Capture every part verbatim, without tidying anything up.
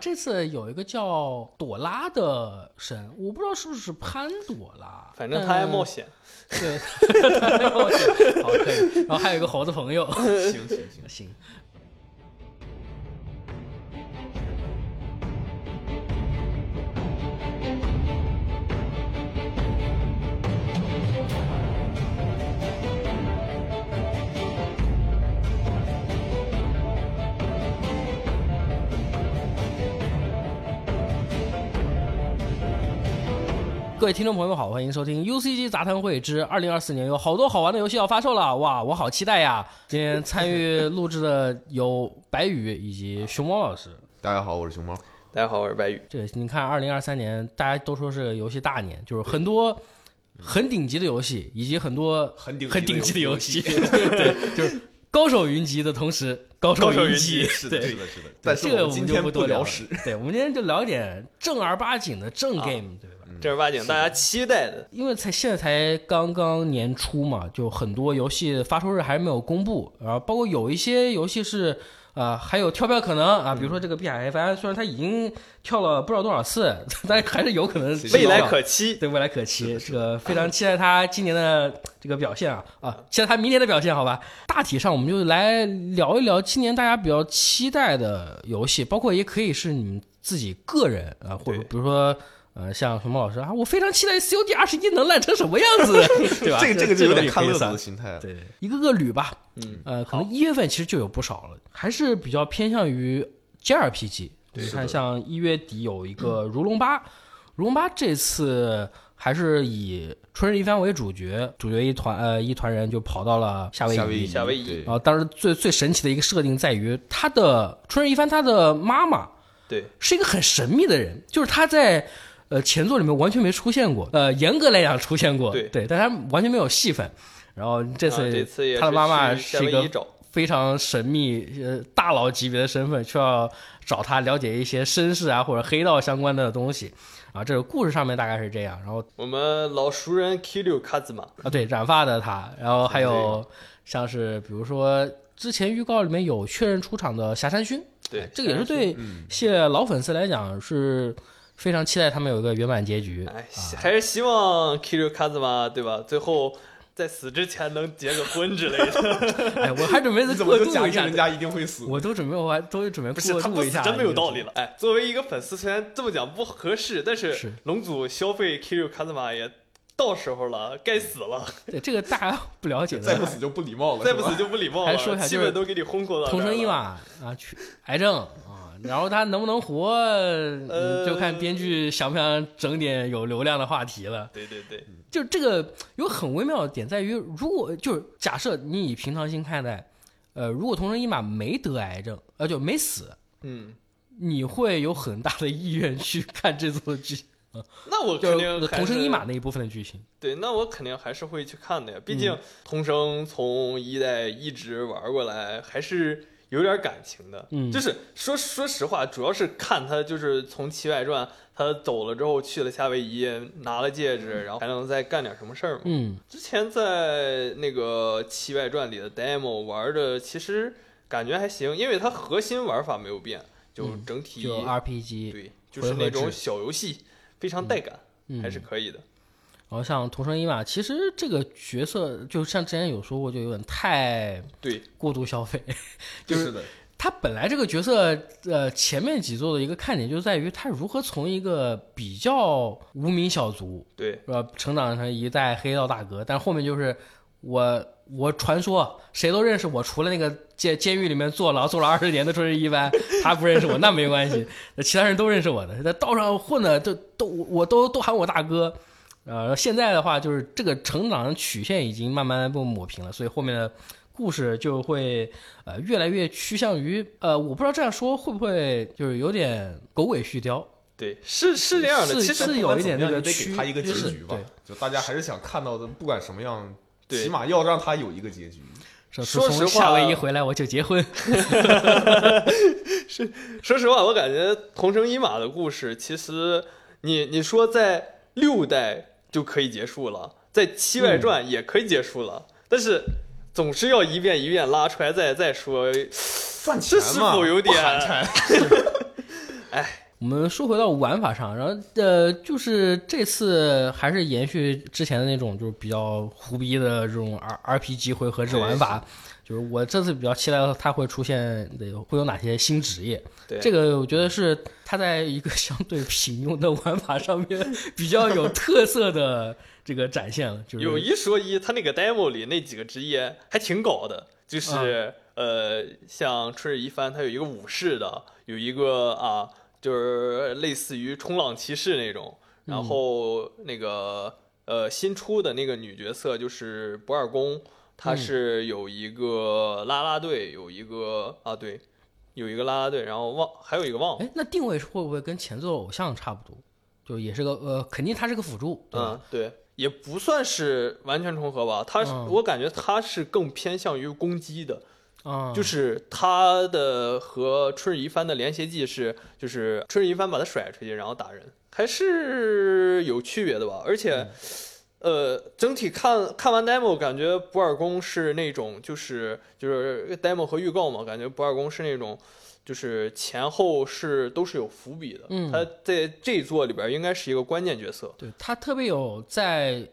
这次有一个叫朵拉的神，我不知道是不是潘朵拉， 反正他爱冒险。 对，他爱冒险。好，可以。然后还有一个猴子朋友。 行行行行。各位听众朋友好，欢迎收听 U C G 杂谈会之二零二四年有好多好玩的游戏要发售了，哇，我好期待呀！今天参与录制的有白宇以及熊猫老师。 大家好，我是熊猫。 大家好，我是白宇。 这你看，二零二三年大家都说是游戏大年，就是很多很顶级的游戏，以及很多很顶很顶级的游戏，对，就是高手云集的同时，高手云集， 是的，是的，是的。但是这个我们今天不聊史， 对，我们今天就聊点正儿八经的正 game，、啊、对吧？ 正儿八经大家期待的， 因为才现在才刚刚年初嘛，就很多游戏发售日还没有公布，然后包括有一些游戏是呃还有跳票可能啊，比如说这个碧海黑帆，虽然它已经跳了不知道多少次，但是还是有可能未来可期， 对，未来可期。这个非常期待它今年的这个表现啊啊，期待它明年的表现，好吧？大体上我们就来聊一聊今年大家比较期待的游戏，包括也可以是你们自己个人啊，或者比如说。呃，像熊猫老师啊，我非常期待 C O D 二十一能烂成什么样子，对吧？ 这个这个就有点看乐子的心态了。 对，一个个捋吧。 嗯， 呃，可能一月份其实就有不少了，还是比较偏向于 J R P G。你看，像一月底有一个《如龙八》，《如龙八》这次还是以春日一番为主角，主角一团呃一团人就跑到了夏威夷。 夏威夷。 然后，当时最最神奇的一个设定在于，他的春日一番他的妈妈， 对， 是一个很神秘的人，就是他在。呃，前作里面完全没出现过，呃，严格来讲出现过， 对对，但他完全没有戏份。然后这次， 啊、这次他的妈妈是一个非常神秘、呃大佬级别的身份，需要找他了解一些绅士啊或者黑道相关的东西。啊，这个故事上面大概是这样。然后我们老熟人 Kiryu Kazuma 啊，对，染发的他，然后还有像是比如说之前预告里面有确认出场的霞山勋， 对， 这个也是对谢老粉丝来讲是。非常期待他们有一个圆满结局， 哎，还是希望 Kiryu Kazuma 对吧？最后在死之前能结个婚之类的。 哎，我还准备过渡一下，人家一定会死。 我都准备，我还都准备过渡一下。 真没有道理了。哎，作为一个粉丝，虽然这么讲不合适，但是龙族消费 Kiryu Kazuma 也到时候了，该死了。 对，这个大家不了解的， 再不死就不礼貌了， 再不死就不礼貌了。 还说一下， 基本都给你轰过了。 同生一马啊，去癌症。然后他能不能活，呃、就看编剧想不想整点有流量的话题了。 对对对， 就这个有很微妙的点在于，如果就是假设你以平常心看待，呃，如果同生一马没得癌症，呃，就没死， 嗯， 你会有很大的意愿去看这座剧。 那我肯定同生一马那一部分的剧情， 对，那我肯定还是会去看的呀。毕竟同生从一代一直玩过来，还是。有点感情的， 嗯， 就是说说实话，主要是看他就是从七外传，他走了之后去了夏威夷，拿了戒指，然后还能再干点什么事儿嘛。 嗯， 之前在那个七外传里的 demo 玩的其实感觉还行，因为它核心玩法没有变，就整体、 嗯、就 R P G， 对，就是那种小游戏，非常带感、 嗯， 还是可以的。 然后像同生一马，其实这个角色就像之前有说过，就有点太对过度消费， 就是他本来这个角色，呃，前面几座的一个看点就在于他如何从一个比较无名小卒， 对， 呃，成长成一代黑道大哥，但后面就是我我传说谁都认识我，除了那个监监狱里面坐牢坐了二十年的春日一番，他不认识我那没关系，其他人都认识我的，在道上混的都都我都都喊我大哥。呃，现在的话就是这个成长的曲线已经慢慢被抹平了，所以后面的故事就会呃越来越趋向于呃，我不知道这样说会不会就是有点狗尾续貂。 对，是是这样的，其实是有一点那个得给他一个结局吧，就大家还是想看到的，不管什么样，起码要让他有一个结局。 说实话，夏威夷回来我就结婚。 是，说实话，我感觉同生一马的故事，其实你你说在六代就可以结束了，在七外传也可以结束了，嗯、但是总是要一遍一遍拉出来再再说， 赚钱嘛， 这是否有点？ 哎。 我们说回到玩法上，然后呃，就是这次还是延续之前的那种，就是比较胡逼的这种 R R P G 回合制玩法。就是我这次比较期待它会出现的会有哪些新职业。 对， 这个我觉得是它在一个相对平庸的玩法上面比较有特色的这个展现了。就是有一说一，它那个 demo 里那几个职业还挺搞的，就是、嗯、呃，像春日一番，它有一个武士的，有一个啊。就是类似于冲浪骑士那种，然后那个、嗯、呃新出的那个女角色就是不二宫，她是有一个啦啦队，有一个啊对，有一个啦啦队，然后忘还有一个忘了。 哎，那定位会不会跟前作偶像差不多？就也是个呃，肯定他是个辅助，对吧？ 嗯，对，也不算是完全重合吧。他是、嗯、我感觉他是更偏向于攻击的。 啊、嗯， 就是他的和春日一番的连携技是，就是春日一番把他甩出去，然后打人，还是有区别的吧。而且，嗯、呃，整体看看完 demo， 感觉不二宫是那种，就是就是 demo 和预告嘛，感觉不二宫是那种，就是前后是都是有伏笔的。 嗯， 他在这一作里边应该是一个关键角色。 对，他特别有在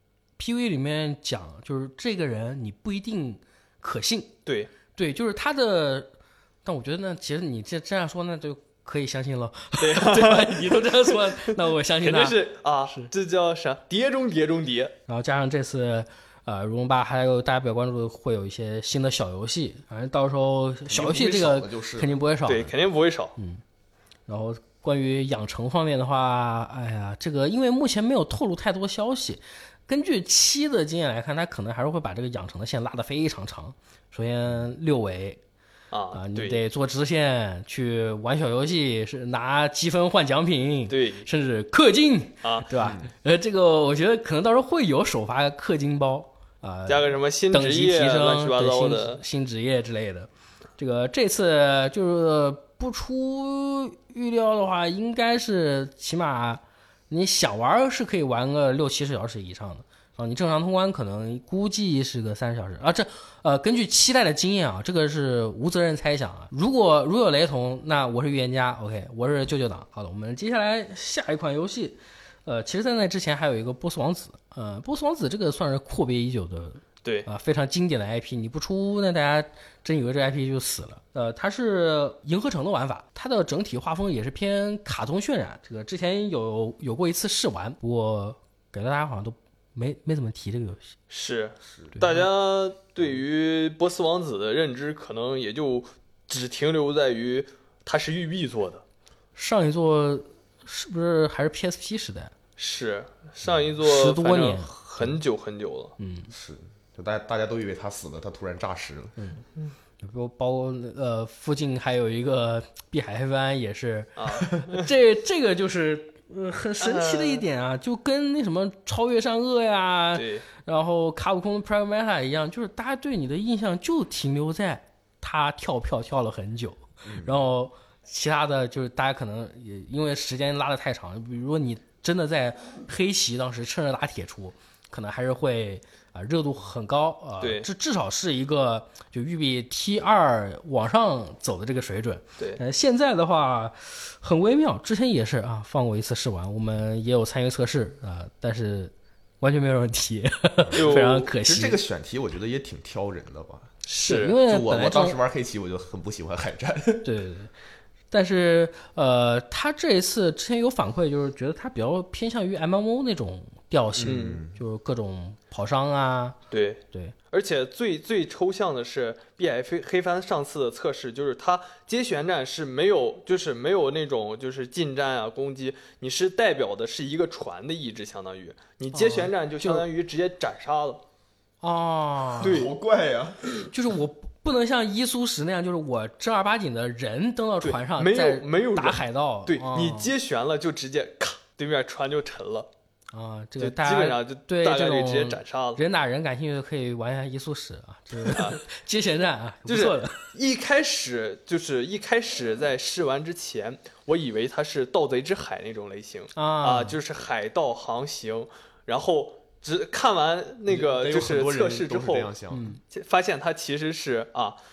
P V 里面讲，就是这个人你不一定可信。 对。 对，就是他的，但我觉得呢，其实你这这样说，那就可以相信了。 对对吧？你都这样说，那我相信他。 肯定是啊，是这叫啥？碟中谍中谍。 然后加上这次，呃，如龙八还有大家比较关注的，会有一些新的小游戏，反正到时候小游戏这个肯定不会少。 对，肯定不会少。 嗯。然后关于养成方面的话，哎呀，这个因为目前没有透露太多消息。根据七的经验来看，他可能还是会把这个养成的线拉得非常长。首先六维啊、 呃，你得做支线，去玩小游戏，是拿积分换奖品， 对， 甚至氪金啊， 对吧？嗯、呃，这个我觉得可能到时候会有首发氪金包啊、呃， 加个什么新职业、等级提升、 乱七八糟的新新职业之类的。这个这次就是不出预料的话，应该是起码你想玩是可以玩个六七十小时以上的。啊，你正常通关可能估计是个三十小时啊，这呃根据期待的经验啊，这个是无责任猜想啊。如果如有雷同，那我是预言家 ，OK， 我是舅舅党。好的，我们接下来下一款游戏，呃，其实在那之前还有一个波斯王子，呃，波斯王子这个算是阔别已久的， 对啊、呃，非常经典的 I P， 你不出，那大家真以为这 I P 就死了。呃，它是银河城的玩法，它的整体画风也是偏卡通渲染。这个之前有有过一次试玩，不过感觉大家好像都。没没怎么提这个游戏， 是是，大家对于波斯王子的认知可能也就只停留在于它是育碧做的。 上一座是不是还是 P S P 时代？ 是上一座十多年， 很久很久了。 嗯， 是，就大家大家都以为他死了，他突然诈尸了。 嗯嗯，比如包括呃附近还有一个碧海黑帆也是啊， 这这个就是。呃，很神奇的一点啊，就跟那什么超越善恶呀， 对， 然后卡普空的 Pragmata 一样，就是大家对你的印象就停留在他跳票跳了很久， 嗯、 然后其他的就是大家可能也因为时间拉得太长，比如说你真的在黑旗当时趁热打铁出，可能还是会啊热度很高啊， 对， 这至少是一个就育碧 T 二往上走的这个水准。 对， 呃，现在的话很微妙，之前也是啊放过一次试玩，我们也有参与测试啊、呃，但是完全没有人提，非常可惜。 其实这个选题我觉得也挺挑人的吧， 是因为我我当时玩黑旗我就很不喜欢海战， 对对对。但是呃，他这一次之前有反馈，就是觉得他比较偏向于 M M O 那种调性， 嗯、 就是各种跑商啊， 对对。 而且最最抽象的是 B F 黑帆上次的测试，就是它接旋战是没有，就是没有那种就是近战啊攻击，你是代表的是一个船的意志，相当于你接旋战就相当于直接斩杀了。 哦， 对， 好怪呀、啊！ 就是我不能像伊苏什那样，就是我正儿八经的人登到船上， 没有没有打海盗， 对、 哦、 你接旋了就直接咔，对面船就沉了。 啊，这个基本上就对大概率直接斩杀了。 人打人感兴趣的可以玩一下伊苏史啊，这是接旋战啊， 就是不错的。 一开始就是一开始在试玩之前，我以为它是《盗贼之海》那种类型啊、 啊，就是海盗航行，然后只看完那个就是测试之后， 嗯、 发现它其实是啊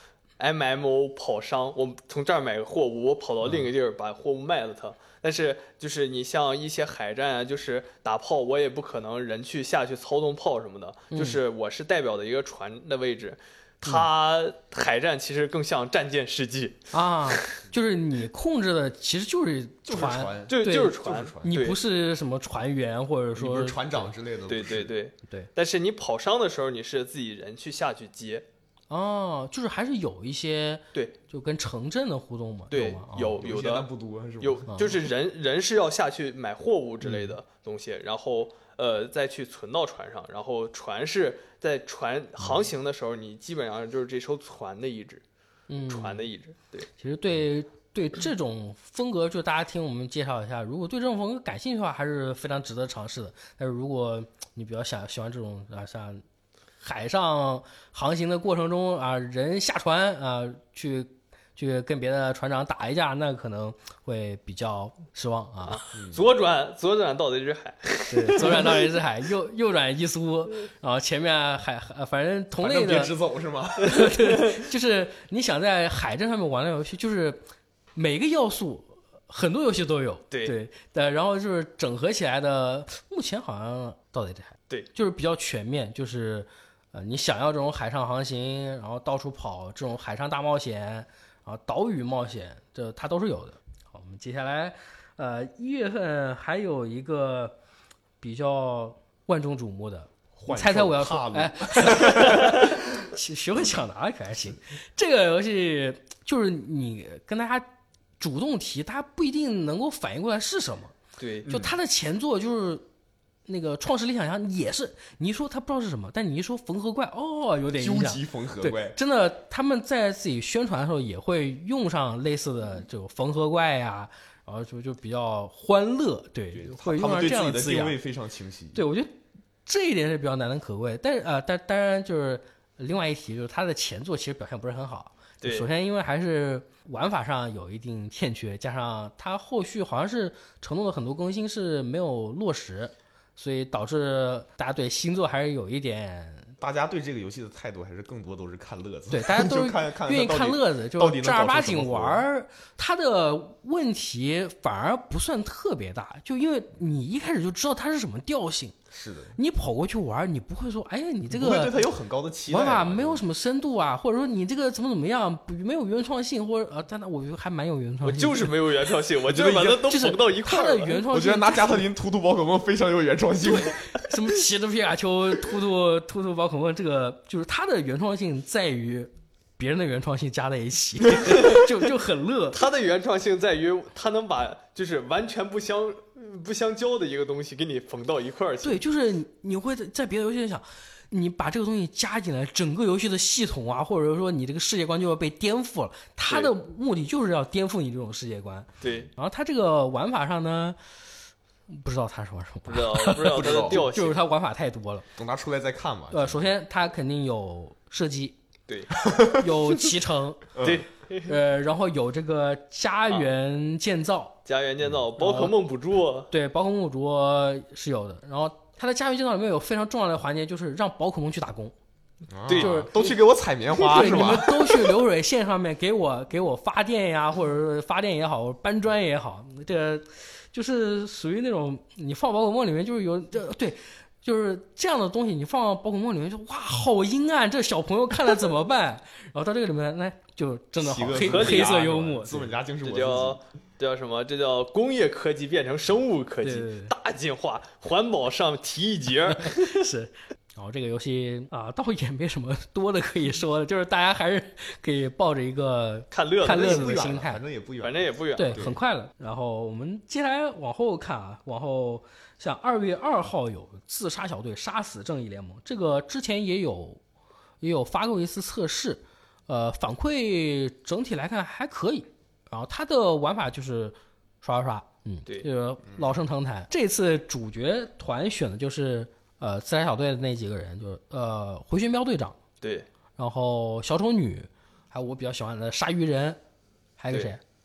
M M O 跑商，我从这儿买个货物，我跑到另一个地儿把货物卖了它。嗯、但是就是你像一些海战啊，就是打炮，我也不可能人去下去操纵炮什么的， 嗯、 就是我是代表的一个船的位置。它海战其实更像战舰世纪啊，就是你控制的其实就是船， 就就是船， 你不是什么船员或者说船长之类的。 对对对对。 但是你跑商的时候，你是自己人去下去接。 哦，就是还是有一些对， 就跟城镇的互动嘛。 对，有有的不多是吧？ 有就是人人是要下去买货物之类的东西，然后。呃，再去存到船上，然后船是在船航行的时候，你基本上就是这艘船的意志， 嗯， 船的意志。对， 其实对对这种风格，就大家听我们介绍一下，如果对这种风格感兴趣的话，还是非常值得尝试的。但是如果你比较想喜欢这种啊，像海上航行的过程中啊，人下船啊去。去跟别的船长打一架，那可能会比较失望啊。 嗯、左转，左转到雷之海， 对，左转到雷之海，右右转伊苏，然后前面海，反正同类的。 别直走是吗？ 对，就是你想在海镇上面玩的游戏，就是每个要素很多游戏都有。 对对，但然后就是整合起来的，目前好像到雷之海， 对， 就是比较全面，就是呃，你想要这种海上航行，然后到处跑，这种海上大冒险。啊，岛屿冒险，这它都是有的。好，我们接下来，呃，一月份还有一个比较万众瞩目的，猜猜我要说，哎，学会抢答可还行。这个游戏就是你跟大家主动提，大家不一定能够反应过来是什么。 对， 就它的前作就是。那个创世理想乡也是，你一说他不知道是什么，但你一说缝合怪，哦，有点印象。 究极缝合怪， 真的，他们在自己宣传的时候也会用上类似的这种缝合怪呀、啊，然后就就比较欢乐，对， 对会用上这样的字样， 定位非常清晰。 对，我觉得这一点是比较难能可贵。但是呃，但当然就是另外一提，就是他的前作其实表现不是很好。 对， 首先因为还是玩法上有一定欠缺，加上他后续好像是承诺的很多更新是没有落实。所以导致大家对新作还是有一点， 大家对这个游戏的态度还是更多都是看乐子。 对，大家都愿意看乐子，就正儿八经玩。它的问题反而不算特别大，就因为你一开始就知道它是什么调性。 是的， 你跑过去玩，你不会说，哎呀，你这个不会对它有很高的期待， 玩法没有什么深度啊，或者说你这个怎么怎么样，没有原创性，或者呃，但那我觉得还蛮有原创性。 我就是没有原创性，我觉得把它都缝到一块儿。它的原创性， 我觉得拿加特林突突宝可梦非常有原创性。 什么骑着皮卡丘突突突突宝可梦，这个就是它的原创性在于别人的原创性加在一起，就就很乐。 它的原创性在于它能把就是完全不相。不相交的一个东西给你缝到一块儿去。 对，就是你会在别的游戏里想，你把这个东西加进来，整个游戏的系统啊，或者说你这个世界观就要被颠覆了。它的目的就是要颠覆你这种世界观。 对。 然后它这个玩法上呢，不知道它是玩什么， 不知道，不知道它的调性， 就是它玩法太多了。 等它出来再看吧。 呃，首先它肯定有射击， 对， 有骑乘， 对。 呃，然后有这个家园建造， 啊、家园建造，宝可梦捕捉， 对，宝可梦捕捉是有的。然后它的家园建造里面有非常重要的环节，就是让宝可梦去打工， 对， 就是都去给我采棉花， 对， 是吧？ 你们都去流水线上面给我给我发电呀，或者是发电也好，搬砖也好，这个就是属于那种你放宝可梦里面就是有这对。就是这样的东西，你放宝可梦里面就哇，好阴暗，这小朋友看了怎么办？然后到这个里面，那就真的好黑黑色幽默， 资本家竟是我自己。 这叫这叫什么？这叫工业科技变成生物科技， 对对对大进化，环保上提一节。 是，然后这个游戏啊，倒也没什么多的可以说的，就是大家还是可以抱着一个看乐看乐子的心态， 反正也不远， 反正也不远， 对，很快了。然后我们接下来往后看啊，往后。像二月二号有自杀小队杀死正义联盟，这个之前也有也有发过一次测试，呃，反馈整体来看还可以。然后它的玩法就是刷刷刷，嗯， 对， 就是老生常谈。这次主角团选的就是呃自杀小队的那几个人，就是呃回旋镖队长， 对， 然后小丑女，还有我比较喜欢的鲨鱼人，还有个谁？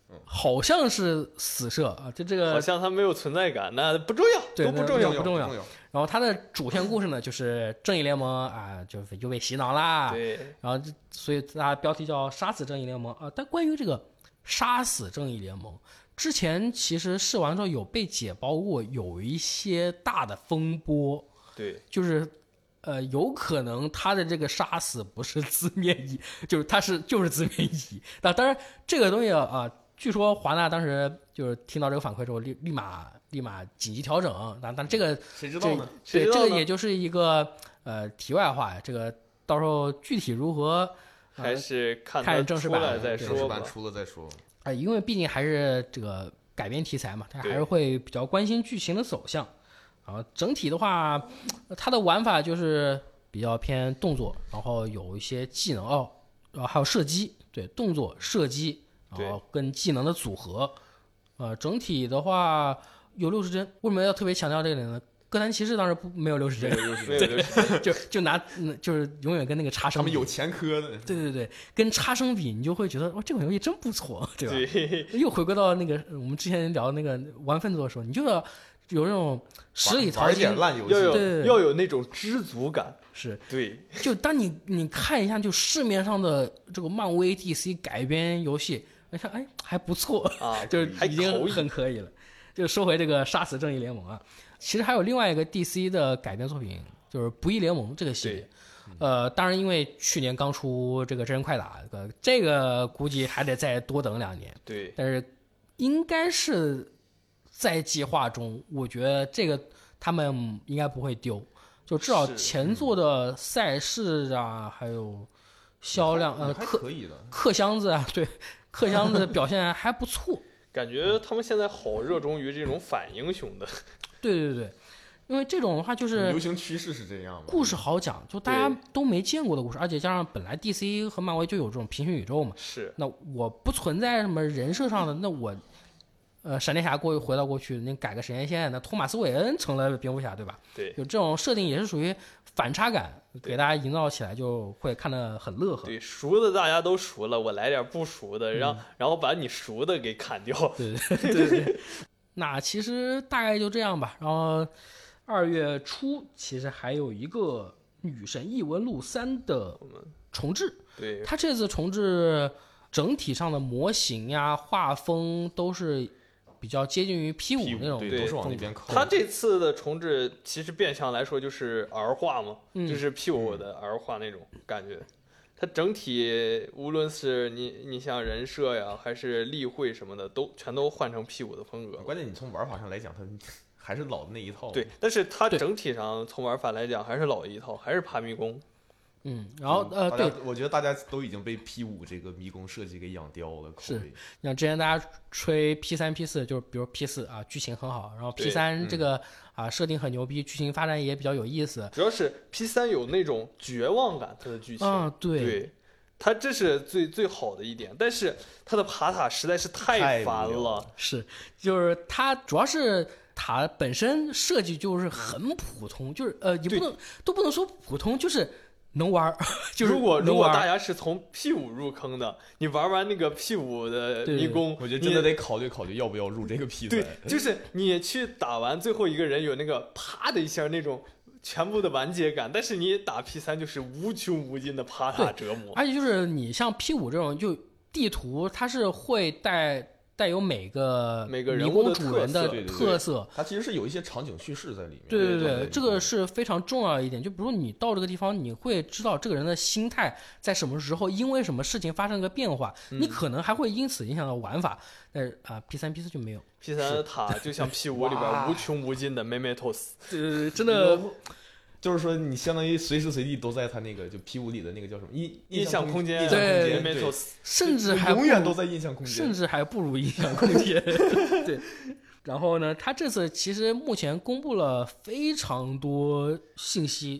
好像是死射啊，就这个好像他没有存在感，那不重要， 对都不重要， 不重要。然后他的主线故事呢，就是正义联盟啊，就是又被洗脑啦。 对。 然后所以它标题叫《杀死正义联盟》啊。但关于这个杀死正义联盟，之前其实试完之后有被解包过，有一些大的风波。 对。 就是呃，有可能他的这个杀死不是字面意，就是他是就是字面意。那当然这个东西啊。呃据说华纳当时就是听到这个反馈之后，立立马立马紧急调整，但但这个谁知道呢？ 对，这个也就是一个呃题外话，这个到时候具体如何， 呃、还是看看正式版再说吧。 正式版出了再说。 啊、呃，因为毕竟还是这个改编题材嘛，他还是会比较关心剧情的走向。然后整体的话，它的玩法就是比较偏动作，然后有一些技能哦，然后还有射击，对，动作射击。然后跟技能的组合，呃，整体的话有六十帧。为什么要特别强调这个呢？哥谭骑士当时不没有六十帧，对，就就拿就是永远跟那个插生比， 他们有前科的， 对对对，跟插生比，你就会觉得哇，这款游戏真不错，对吧？ 对， 又回归到那个我们之前聊那个玩分组的时候，你就要有那种实力淘金， 烂游戏， 要有要有那种知足感。 是对， 就当你你看一下，就市面上的这个漫威 D C 改编游戏。你看，哎，还不错啊， 就是已经很可以了。就说回这个《杀死正义联盟》啊，其实还有另外一个 D C 的改编作品，就是《不义联盟》这个系列。呃，当然，因为去年刚出这个真人快打，这个这个估计还得再多等两年。 对， 但是应该是在计划中，我觉得这个他们应该不会丢，就至少前作的赛事啊，还有销量，呃， 客客箱子啊，对。客箱子表现还不错， 感觉他们现在好热衷于这种反英雄的。 对对对，因为这种的话就是流行趋势是这样， 故事好讲，就大家都没见过的故事，而且加上本来 D C 和漫威就有这种平行宇宙嘛， 是。 那我不存在什么人设上的，那我呃闪电侠过回到过去，那改个时间线，那托马斯韦恩成了蝙蝠侠，对吧？ 对， 就这种设定也是属于反差感，给大家营造起来就会看得很乐呵。 对，熟的大家都熟了，我来点不熟的，然后、嗯、然后把你熟的给砍掉。 对对对对对。那其实大概就这样吧。然后二月初其实还有一个《女神异闻录三》的重置， 对， 它这次重置整体上的模型呀、画风都是比较接近于 P 五 那种， 对，都是往那边靠。 他这次的重置其实变相来说就是儿化嘛， 嗯、 就是 P 五 的儿化那种感觉。它整体无论是你你像人设呀，还是例会什么的，都全都换成 P 五 的风格。 关键你从玩法上来讲，它还是老的那一套。 对，但是它整体上从玩法来讲还是老一套，还是爬迷宫。 嗯，然后呃，对， 我觉得大家都已经被 P 五 这个迷宫设计给养刁了。 是，像之前大家吹 P 三 P 四，就是比如 P 四啊，剧情很好，然后 P 三这个、嗯、啊设定很牛逼，剧情发展也比较有意思。 主要是 P 三有那种绝望感，它的剧情啊，对， 对，它这是最最好的一点，但是它的爬塔实在是太烦了。 是，就是它主要是。塔本身设计就是很普通，就是呃，也不能都不能说普通，就是能玩，就是如果如果大家是从 P 五 入坑的，你玩完那个 P 五 的迷宫， 我觉得真的得考虑考虑要不要入这个 P 三。 对，就是你去打完最后一个人有那个啪的一下那种全部的完结感，但是你打 P 三 就是无穷无尽的爬塔折磨， 而且就是你像 P 五 这种就地图，它是会带。带有每个每个迷宫主人的特色， 它其实是有一些场景叙事在里面。 对对对，对这个是非常重要的一点。就比如你到这个地方，你会知道这个人的心态在什么时候，因为什么事情发生个变化， 嗯、 你可能还会因此影响到玩法。但是啊 ，P 三 P 四就没有。 P 三 的塔就像 P 五 里边无穷无尽的 Mementos， 对对对，真的。 就是说，你相当于随时随地都在他那个就 P 五 里的那个叫什么印印象空间， 印象空间，对，甚至还永远都在印象空间， 甚至还不如印象空间。对，然后呢，他这次其实目前公布了非常多信息，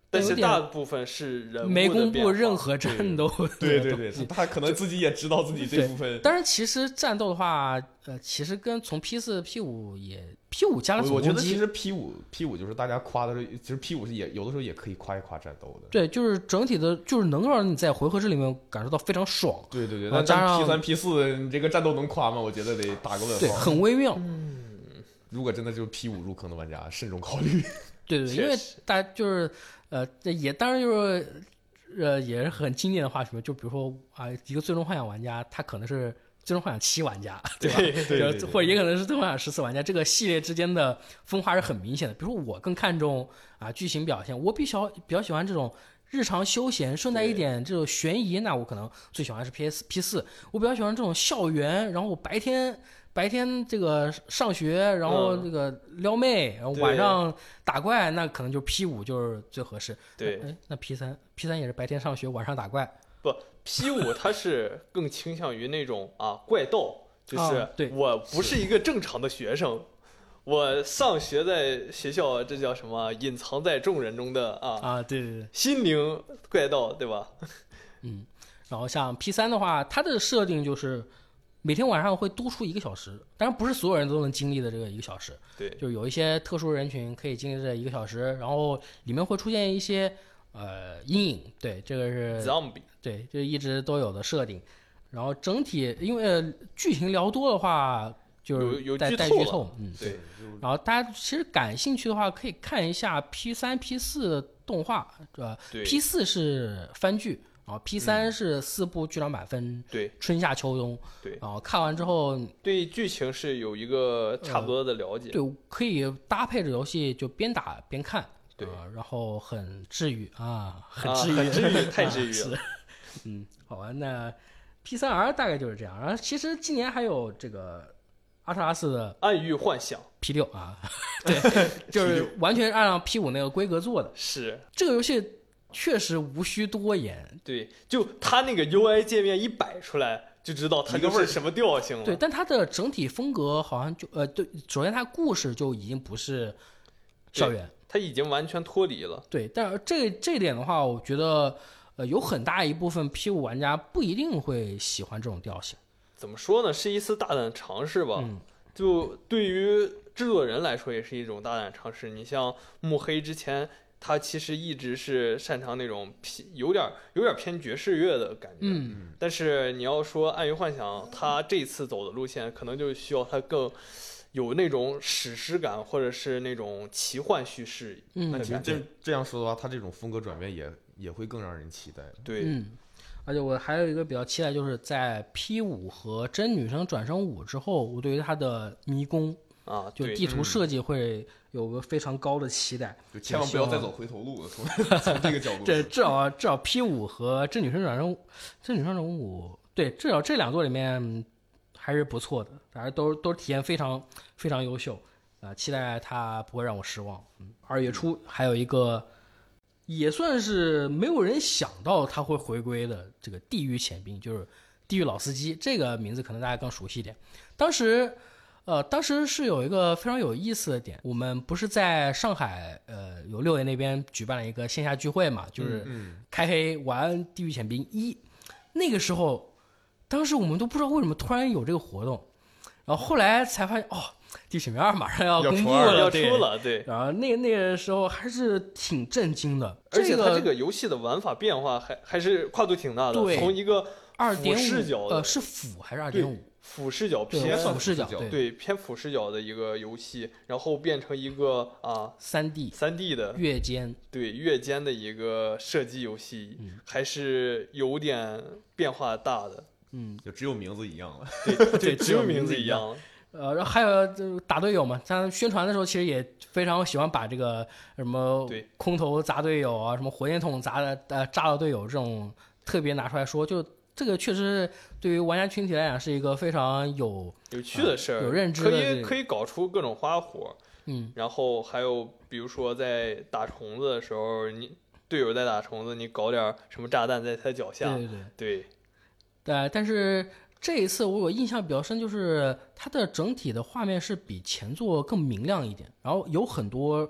但是大部分是人物没公布任何何战斗。 对对对，他可能自己也知道自己这部分。 当然，其实战斗的话，呃，其实跟从 P 四 P 五也 P 五加了总我攻击。 觉得其实 P 五 P 五就是大家夸的，其实 P 五是也有的时候也可以夸一夸战斗的。 对，就是整体的，就是能够让你在回合制里面感受到非常爽。 对对对， 那加上 P 三 P 四，你这个战斗能夸吗？我觉得得打个问号。 对，很微妙。 嗯， 如果真的就是 P 五入坑的玩家，慎重考虑。 对对，因为大家就是呃，也当然就是呃，也是很经典的话，什么就比如说啊、呃，一个最终幻想玩家，他可能是最终幻想七玩家，对吧？ 对对对对， 或者也可能是最终幻想十四玩家，这个系列之间的分化是很明显的。比如说我更看重啊剧情表现，我比较比较喜欢这种日常休闲，顺带一点这种悬疑，那我可能最喜欢是 P S P 四。我比较喜欢这种校园，然后白天。白天这个上学，然后这个撩妹，然后晚上打怪，那可能就 P 五就是最合适。 对， 哎，那 P 三 P 三也是白天上学，晚上打怪。 不 ，P 五它是更倾向于那种啊怪盗，就是我不是一个正常的学生，我上学在学校，这叫什么？隐藏在众人中的啊啊，对对对， 心灵怪盗，对吧？ 嗯，然后像 P 三的话，它的设定就是每天晚上会多出一个小时，当然不是所有人都能经历的这个一个小时， 对， 就是有一些特殊人群可以经历这一个小时，然后里面会出现一些呃阴影，对，这个是 zombie， 对，就一直都有的设定。然后整体因为、呃、剧情聊多的话，就是带带剧透，嗯， 对。 然后大家其实感兴趣的话，可以看一下 P 三 P 四的动画，呃 ，P 四是番剧。然后 P 三是四部剧场版分对春夏秋冬， 对， 然后看完之后对剧情是有一个差不多的了解， 呃、对，可以搭配着游戏就边打边看， 对， 呃、然后很治愈啊，很治愈， 啊、很治愈，太治愈了， 啊、嗯，好吧，那 P 三 R 大概就是这样，然后其实今年还有这个阿特拉斯的暗域幻想 P 六啊，对，就是完全按照 P 五那个规格做的， 是这个游戏。确实无需多言， 对，就它那个 U I 界面一摆出来，就知道它就是什么调性了。 对，但它的整体风格好像就呃，对，首先它故事就已经不是校园， 它已经完全脱离了。 对，但是这这点的话，我觉得呃，有很大一部分 P 五玩家不一定会喜欢这种调性。 怎么说呢？是一次大胆尝试吧。 嗯， 就对于制作人来说，也是一种大胆尝试。你像幕黑之前。他其实一直是擅长那种有点有点偏爵士乐的感觉， 嗯， 但是你要说《暗域幻想》，他这次走的路线可能就需要他更有那种史诗感，或者是那种奇幻叙事。 嗯， 那其实这这样说的话，他这种风格转变也也会更让人期待。 对， 嗯，而且我还有一个比较期待，就是在 P 五和真女生转生五之后，我对于它的迷宫啊， 就地图设计会有个非常高的期待， 就千万不要再走回头路了。从从这个角度， 这至少至少 P 五和真女生转生真女生转生五，对，至少这两座里面还是不错的，反正都都体验非常非常优秀啊、呃，期待它不会让我失望。嗯，二月初还有一个也算是没有人想到它会回归的这个地狱潜兵，就是地狱老司机，这个名字可能大家更熟悉一点。当时。呃，当时是有一个非常有意思的点，我们不是在上海，呃，有六爷那边举办了一个线下聚会嘛，就是开黑玩《地狱潜兵一》，那个时候，当时我们都不知道为什么突然有这个活动，然后后来才发现，哦，《地狱潜兵二》马上要公布了， 要出了，对， 然后那那个时候还是挺震惊的， 而且它这个游戏的玩法变化还还是跨度挺大的， 对， 从一个二点五视角的， 呃，是俯还是二点五？ 俯视角偏俯视角， 对偏俯视角的一个游戏，然后变成一个啊三 D 三 D 的越肩， 对越肩的一个射击游戏， 嗯、 还是有点变化大的。 嗯， 就只有名字一样了。 对对，只有名字一样了。 呃，然后还有打队友嘛，他宣传的时候其实也非常喜欢把这个什么空投砸队友啊，什么火箭筒砸的呃炸到队友这种特别拿出来说，就。这个确实对于玩家群体来讲是一个非常有有趣的事儿、 呃，有认知的、 可以可以搞出各种花活。 嗯， 然后还有比如说在打虫子的时候，你队友在打虫子，你搞点什么炸弹在他脚下， 对对对对。呃，但是这一次我有印象比较深，就是它的整体的画面是比前作更明亮一点，然后有很多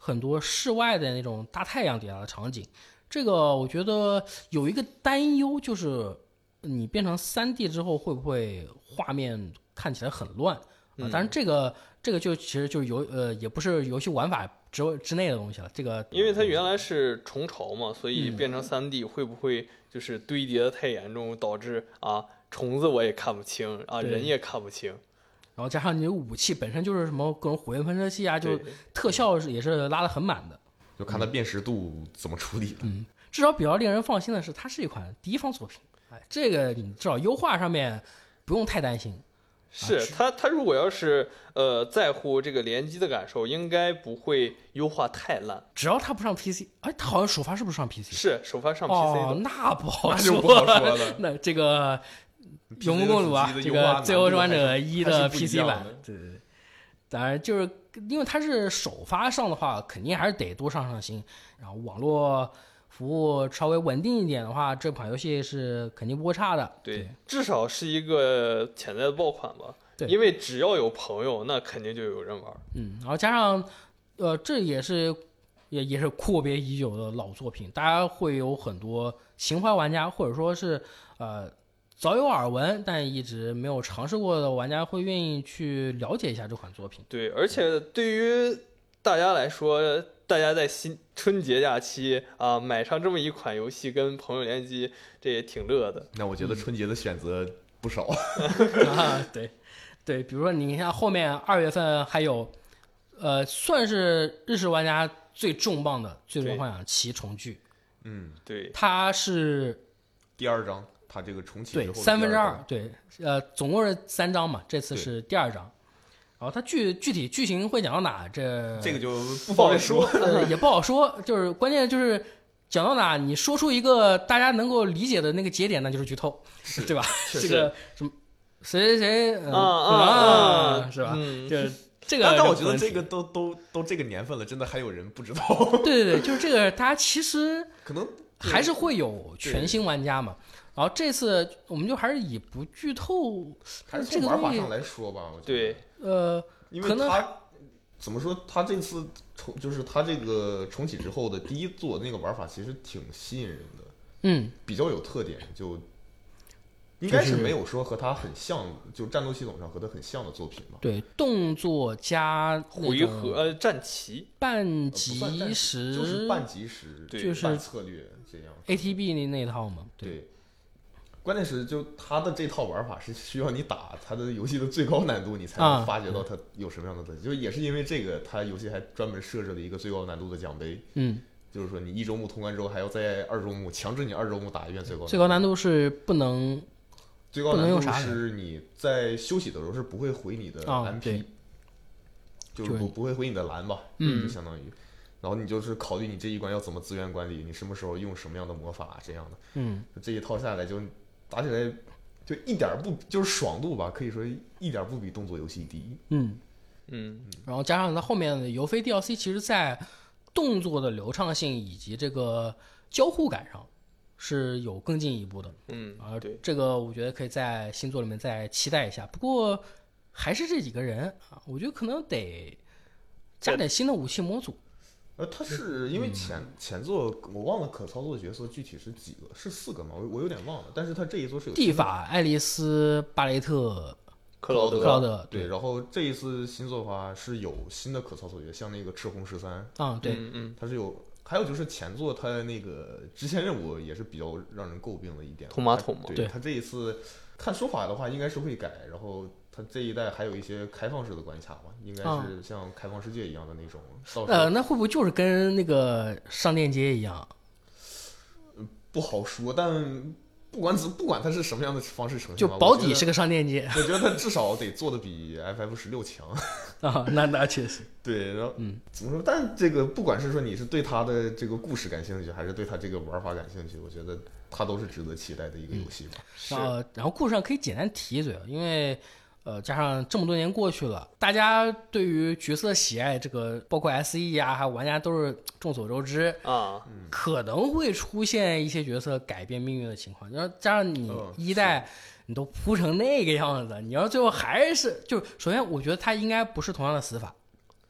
很多室外的那种大太阳底下的场景。这个我觉得有一个担忧，就是你变成 三 D 之后会不会画面看起来很乱啊？ 嗯、 当然这个这个就其实就是游呃也不是游戏玩法之之内的东西了。这个因为它原来是虫巢嘛，所以变成 三 D 会不会就是堆叠的太严重，导致啊虫子我也看不清啊，人也看不清。 然后加上你武器本身就是什么各种火焰喷射器啊，就特效也是拉得很满的。 就看它辨识度怎么处理了。 嗯，至少比较令人放心的是，它是一款第一方作品。哎，这个你至少优化上面不用太担心。 是他，他如果要是呃在乎这个联机的感受，应该不会优化太烂。 只要它不上 P C， 哎，它好像首发是不是上 P C？ 是首发上 P C 的。 哦，那不好说， 那就不好说了。 那这个永无共主啊，这个《最后生还者一》的 P C 版，对对对。当然，就是因为它是首发上的话，肯定还是得多上上心。然后网络服务稍微稳定一点的话，这款游戏是肯定不会差的。 对， 对至少是一个潜在的爆款吧。 对， 因为只要有朋友，那肯定就有人玩。 嗯，然后加上，呃，这也是也也是阔别已久的老作品，大家会有很多情怀玩家，或者说是呃。早有耳闻，但一直没有尝试过的玩家会愿意去了解一下这款作品。 对，而且对于大家来说，大家在新春节假期啊买上这么一款游戏跟朋友联机，这也挺乐的。 那我觉得春节的选择不少。 啊，对，对，比如说你像后面二月份还有，呃，算是日式玩家最重磅的《最终幻想七》重聚。 嗯， 对， 它是第二章。它这个重启对三分之二，对，呃，总共是三章嘛，这次是第二章。然后它具具体剧情会讲到哪，这这个就不方便说， 呃，也不好说。就是关键就是讲到哪，你说出一个大家能够理解的那个节点，那就是剧透，对吧？这个什么谁谁谁啊啊啊， 是吧？ 嗯， 就这个， 但我觉得这个都都都这个年份了，真的还有人不知道。 对对对，就是这个，大家其实可能还是会有全新玩家嘛。然后这次我们就还是以不剧透， 还是从玩法上来说吧。我觉得对， 呃， 因为他怎么说，他这次重就是他这个重启之后的第一作那个玩法其实挺吸引人的， 嗯， 比较有特点，就应该是没有说和他很像，就战斗系统上和他很像的作品吧。 对，动作加回合呃战棋半即时， 就是半即时， 就是半策略这样 A T B 那那套嘛， 对。对，关键是就他的这套玩法是需要你打他的游戏的最高难度，你才能发掘到他有什么样的特点。啊、就也是因为这个，他游戏还专门设置了一个最高难度的奖杯。 嗯， 就是说你一周目通关之后，还要在二周目强制你二周目打一遍最高难度。 最高难度是不能， 最高难度是你在休息的时候是不会回你的 M P，、哦、就是不不会回你的蓝吧？ 嗯， 就相当于。然后你就是考虑你这一关要怎么资源管理，你什么时候用什么样的魔法这样的。 嗯， 这一套下来就。打起来就一点不就是爽度吧，可以说一点不比动作游戏低。 嗯嗯， 然后加上它后面的游飞 D L C， 其实在动作的流畅性以及这个交互感上是有更进一步的。 嗯， 啊， 对， 这个我觉得可以在新作里面再期待一下。不过还是这几个人啊，我觉得可能得加点新的武器模组。 呃，他是因为前、嗯、前作我忘了可操作角色具体是几个，是四个吗？我我有点忘了。但是他这一作是有蒂法、爱丽丝、巴雷特、 克劳德。 克劳德对，然后这一次新作的话是有新的可操作角色，像那个赤红十三啊，对， 嗯嗯， 它是有。还有就是前作它那个支线任务也是比较让人诟病的一点， 通马桶嘛。 对，他这一次看说法的话应该是会改，然后。它这一代还有一些开放式的关卡嘛，应该是像开放世界一样的那种。 呃，那会不会就是跟那个上链接一样？ 不好说，但不管怎不管它是什么样的方式呈现， 就保底是个上链接。 我觉得它至少得做的比 F F 十六强啊，那那确实。 对，然后嗯， 怎么说？但这个不管是说你是对它的这个故事感兴趣，还是对它这个玩法感兴趣，我觉得它都是值得期待的一个游戏吧。 嗯、呃，然后故事上可以简单提一嘴，因为。呃，加上这么多年过去了，大家对于角色的喜爱，这个包括 S E 啊，还有玩家都是众所周知啊。 可能会出现一些角色改变命运的情况，然后加上你一代、嗯、你都铺成那个样子，你要最后还是就首先我觉得他应该不是同样的死法，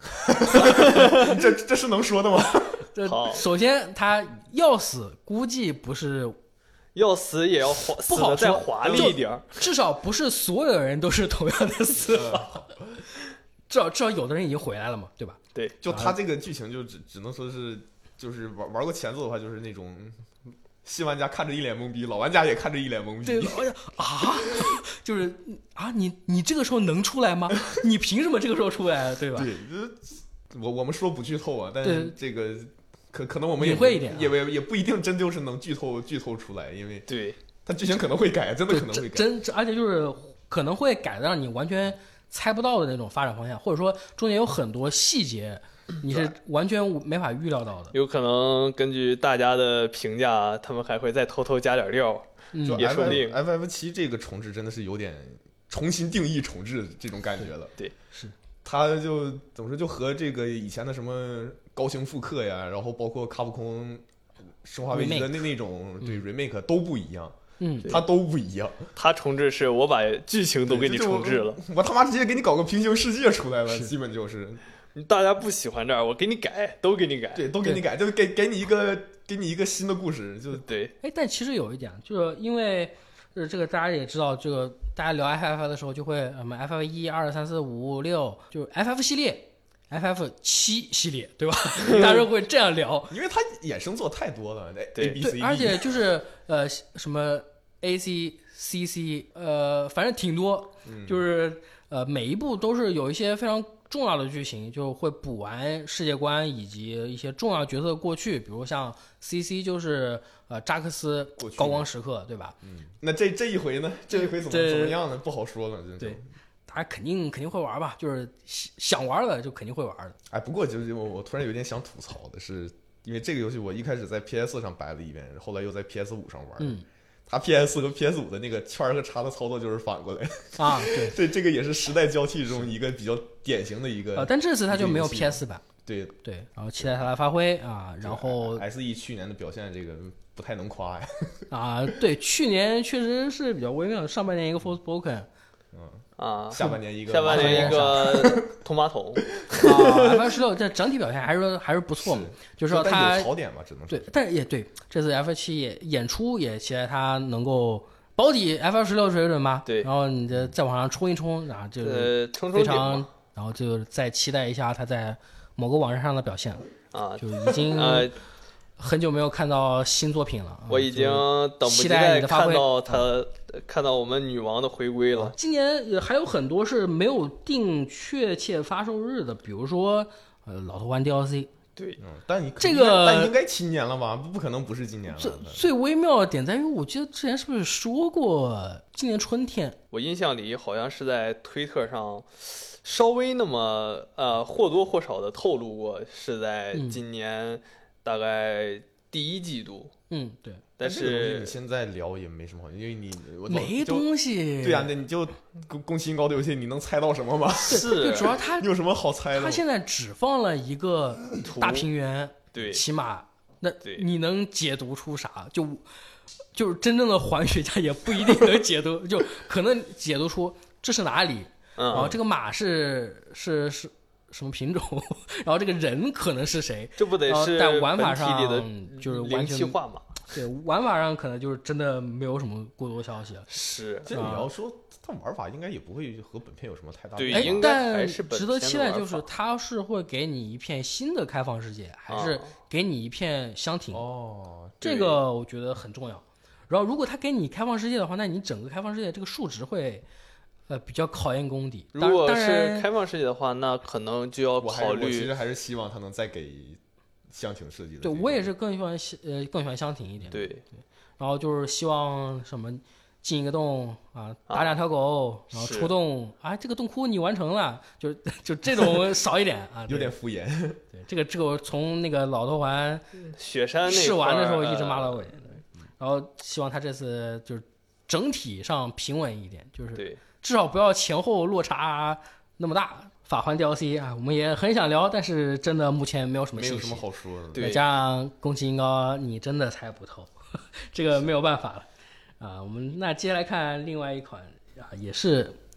这这是能说的吗？ 这好首先他要死，估计不是， 要死也要华， 不好说死的再华丽一点儿。 至少不是所有人都是同样的死法，至少至少有的人已经回来了嘛，对吧？ 对， 就他这个剧情就只只能说是，就是玩玩过前作的话，就是那种新玩家看着一脸懵逼，老玩家也看着一脸懵逼。 对，哎呀啊，就是啊，你你这个时候能出来吗？你凭什么这个时候出来，对吧？ 对，我我们说不剧透啊，但对是这个可可能我们也隐晦一点啊也也也不一定真就是能剧透剧透出来，因为对， 它剧情可能会改，真的可能会改。 真真，而且就是可能会改的让你完全猜不到的那种发展方向，或者说中间有很多细节你是完全没法预料到的。 有可能根据大家的评价，他们还会再偷偷加点料， 嗯就也说不定。 F F 七这个重置真的是有点重新定义重置这种感觉了。 对， 是它就怎么说，就和这个以前的什么高清复刻呀，然后包括卡普空生化危机的那那种对 remake 都不一样。 嗯， 它都不一样。 它重置是我把剧情都给你重置了， 我他妈直接给你搞个平行世界出来了，基本就是大家不喜欢这儿，我给你改，都给你改， 对，都给你改，就给给你一个给你一个新的故事，就对。 哎，但其实有一点，就是因为呃这个大家也知道，这个大家聊 F F 的时候就会什么 F F 一、二、三、四、五、六，就是 F F 系列。F F 七系列对吧？大家会这样聊， 因为它衍生作太多了， 对 A B C D， 而且就是呃什么 A C C C， 呃反正挺多， 嗯、 就是呃每一部都是有一些非常重要的剧情，就会补完世界观以及一些重要角色的过去，比如像 C C 就是呃扎克斯高光时刻，对吧？ 嗯，那这这一回呢？这一回怎么怎么样呢？不好说了，这对。大家肯定肯定会玩吧，就是想玩的就肯定会玩的。 哎，不过就是我我突然有点想吐槽的是，因为这个游戏我一开始在 P S 上掰了一遍，后来又在 P S 五上玩。 嗯， 它 P S 和 P S 五的那个圈和叉的操作就是反过来啊。对， 对，这个也是时代交替中一个比较典型的一个。 呃，但这次它就没有 P S 版。 对对，然后期待它的发挥啊，然后 S E 去年的表现这个不太能夸呀。 啊，对，去年确实是比较微妙，上半年一个 Forspoken。 嗯啊， 下半年一个， 下半年一个通马桶啊 ，F F 十六这整体表现还是还是不错嘛，就是说它有槽点吧，只能说对，但是也对，这次 F 七也演出也期待它能够保底 F F 十六水准吧， 对， 然后你再再往上冲一冲，然后就呃冲非常，然后就再期待一下它在某个网站上的表现啊， 就已经呃。 很久没有看到新作品了， 我已经等不及待看到他看到我们女王的回归了。 今年还有很多是没有定确切发售日的，比如说呃老头环 D L C。 对， 嗯，但你这个但应该今年了吧？不不可能不是今年了。 最最微妙的点在于，我记得之前是不是说过今年春天？ 我印象里好像是在推特上稍微那么呃或多或少的透露过，是在今年。嗯大概第一季度， 嗯，对， 但是你现在聊也没什么好，因为你没东西。 对呀、啊，那你就宫宫崎英高的游戏，你能猜到什么吗？ 是， 就主要他你有什么好猜的？ 他现在只放了一个大平原， 对， 起码那你能解读出啥？就就是真正的环学家也不一定能解读，就可能解读出这是哪里， 嗯、 然后这个马是是是。什么品种？然后这个人可能是谁？ 这不得是在玩法上就是完全化嘛？ 对，玩法上可能就是真的没有什么过多消息了。 是， 这你要说它玩法应该也不会和本片有什么太大的对， 哎， 应该还是但值得期待就是它是会给你一片新的开放世界，还是给你一片箱庭？ 哦， 这个我觉得很重要。然后如果它给你开放世界的话，那你整个开放世界这个数值会。呃，比较考验功底。 如果是开放世界的话，那可能就要考虑。 我其实还是希望他能再给箱庭设计的。 对，我也是更喜欢呃更喜欢箱庭一点。 对对。然后就是希望什么进一个洞啊，打两条狗，然后出洞啊，这个洞窟你完成了，就就这种少一点啊， 有点敷衍。 对，这个这个我从那个老头环雪山试完的时候一直骂到尾。然后希望他这次就是整体上平稳一点，就是对。 至少不要前后落差那么大。法环 D L C 啊，我们也很想聊，但是真的目前没有什么信息， 没有什么好说的。 对， 加上宫崎英高，你真的猜不透，这个没有办法了啊。我们那接下来看另外一款啊，也是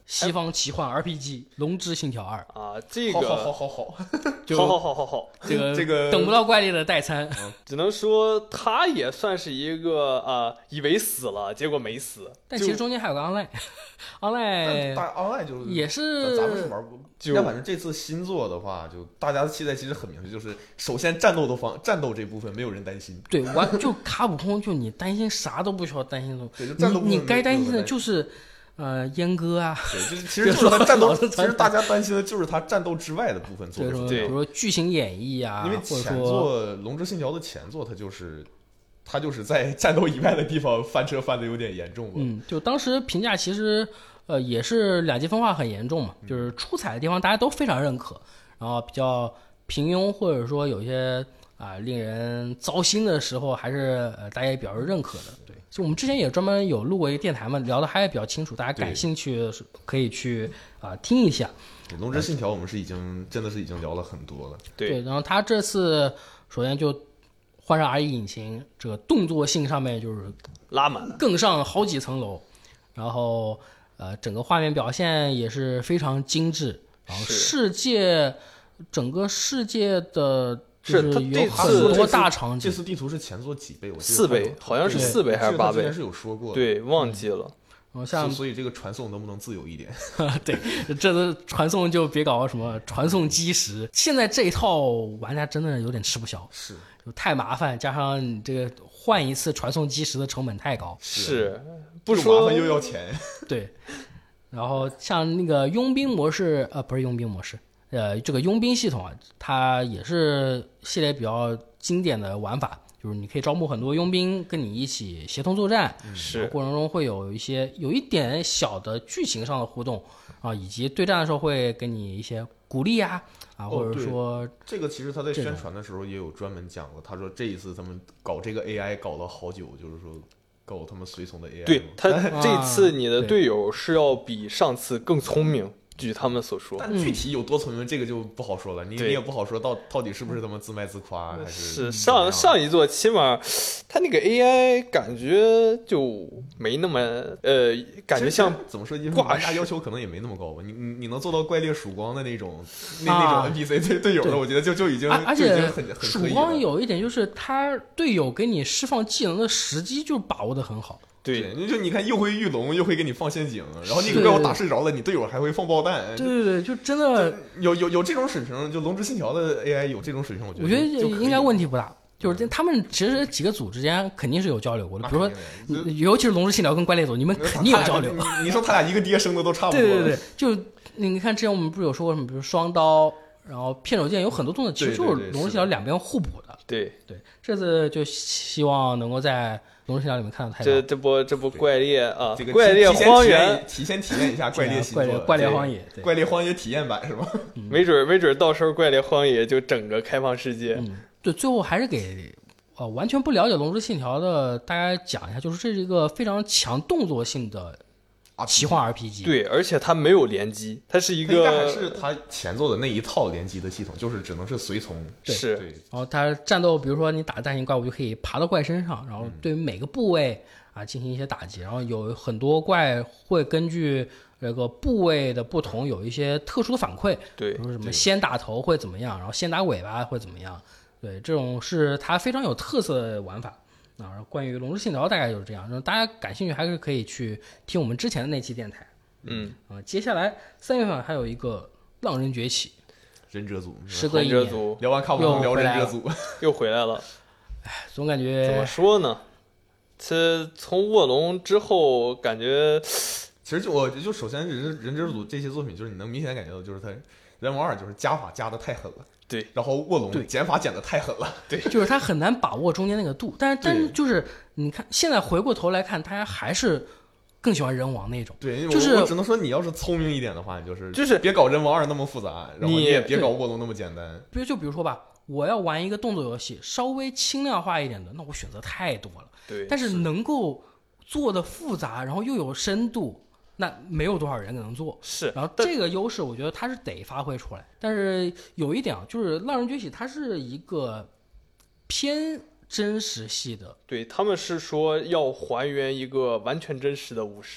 西方奇幻 R P G《龙之信条二》 啊，这个好好好好好， 就好好好好好， 这个这个等不到怪猎的代餐， 只能说他也算是一个啊、呃，以为死了，结果没死。 但其实中间还有个 online，online 大 online 就也是咱们是玩不。那反正这次新作的话，就大家的期待其实很明确，就是首先战斗的方战斗这部分没有人担心。 对，完就卡普空，就你担心啥都不需要担心的， 对，就战斗部分你你该担心的就是呃阉割啊， 对，就是其实就是他战斗，其实大家担心的就是他战斗之外的部分做的对， 不比如说剧情演绎啊， 因为前作《龙之信条》的前作，它就是他就是在战斗以外的地方翻车翻的有点严重了。 嗯，就当时评价其实。呃，也是两极分化很严重嘛，就是出彩的地方大家都非常认可，然后比较平庸或者说有些啊、呃、令人糟心的时候，还是呃大家也表示认可的。对，就我们之前也专门有录过一个电台嘛，聊的还比较清楚，大家感兴趣可以去啊、呃、听一下。 《龙之信条》我们是已经真的是已经聊了很多了。 对， 对，然后他这次首先就换上 R E 引擎，这个动作性上面就是拉满了， 更上好几层楼，然后。呃，整个画面表现也是非常精致，然后世界，整个世界的就是有很多大场景。 这次地图是前作几倍？我记得四倍，好像是四倍还是八倍？ 之前是有说过， 对，忘记了。 嗯，像所以这个传送能不能自由一点？ 对，这都传送就别搞什么传送基石。现在这一套玩家真的有点吃不消， 是， 就太麻烦，加上你这个换一次传送基石的成本太高， 是。不说麻烦又要钱， 对。然后像那个佣兵模式，呃，不是佣兵模式，呃，这个佣兵系统啊，它也是系列比较经典的玩法，就是你可以招募很多佣兵跟你一起协同作战， 是过程中会有一些有一点小的剧情上的互动啊，以及对战的时候会给你一些鼓励啊，啊，或者说、 哦、这个其实他在宣传的时候也有专门讲过，他说这一次他们搞这个 A I 搞了好久，就是说。搞他们随从的 A I， 对他这次你的队友是要比上次更聪明，据他们所说。 但具体有多聪明，这个就不好说了。你你也不好说到到底是不是他们自卖自夸，还是上上一座起码他那个 A I 感觉就没那么呃，感觉像怎么说？因为玩家要求可能也没那么高吧。你你你能做到怪猎曙光的那种那那种 N P C 队队友的，我觉得就就已经而且曙光有一点就是他队友给你释放技能的时机就把握的很好。 对，就你看又会御龙，又会给你放陷阱，然后那个怪物打睡着了，你队友还会放爆弹。 对对对，就真的有有有这种水平，就《龙之信条》的 A I 有这种水平，我觉得我觉得应该问题不大。就是他们其实几个组之间肯定是有交流过的，比如说，尤其是《龙之信条》跟怪猎组，你们肯定有交流。 你说他俩一个爹生的都差不多。 对对对，就你看之前我们不是有说过什么，比如双刀，然后片手剑有很多动作其实就是《龙之信条》两边互补的。 对对，这次就希望能够在。龙之信条里面看到太这这波这波怪猎啊， 这个怪猎荒原提前体验一下怪猎新作， 怪猎荒野， 怪猎荒野体验版是吧？ 没准没准到时候怪猎荒野就整个开放世界。 嗯，对，最后还是给呃完全不了解龙之信条的大家讲一下，就是这是一个非常强动作性的奇幻 R P G。 对，而且它没有联机，它是一个， 应该还是它前作的那一套联机的系统，就是只能是随从。 是， 对。 然后它战斗，比如说你打大型怪物就可以爬到怪身上，然后对于每个部位啊进行一些打击，然后有很多怪会根据这个部位的不同有一些特殊的反馈， 对， 比如什么先打头会怎么样，然后先打尾巴会怎么样，对，这种是它非常有特色的玩法。啊，关于《龙之信条》大概就是这样，大家感兴趣还是可以去听我们之前的那期电台。 嗯啊，接下来三月份还有一个《浪人崛起》， 忍者组， 时隔一年， 聊完看不懂聊忍者组， 又回来了。 哎，总感觉怎么说呢？这从卧龙之后，感觉其实就我就首先忍忍者组这些作品，就是你能明显感觉到，就是他人王二就是加法加的太狠了。 对， 然后卧龙减法减的太狠了， 对， 就是他很难把握中间那个度，但是但是就是你看现在回过头来看，大家还是更喜欢人王那种， 对， 就是我只能说你要是聪明一点的话，你就是就是别搞人王二那么复杂，然后你也别搞卧龙那么简单。 比如就比如说吧，我要玩一个动作游戏，稍微轻量化一点的，那我选择太多了， 对， 但是能够做的复杂，然后又有深度。那没有多少人能做， 是， 然后这个优势我觉得它是得发挥出来，但是有一点啊，就是《浪人崛起》它是一个偏真实系的， 对，他们是说要还原一个完全真实的武士，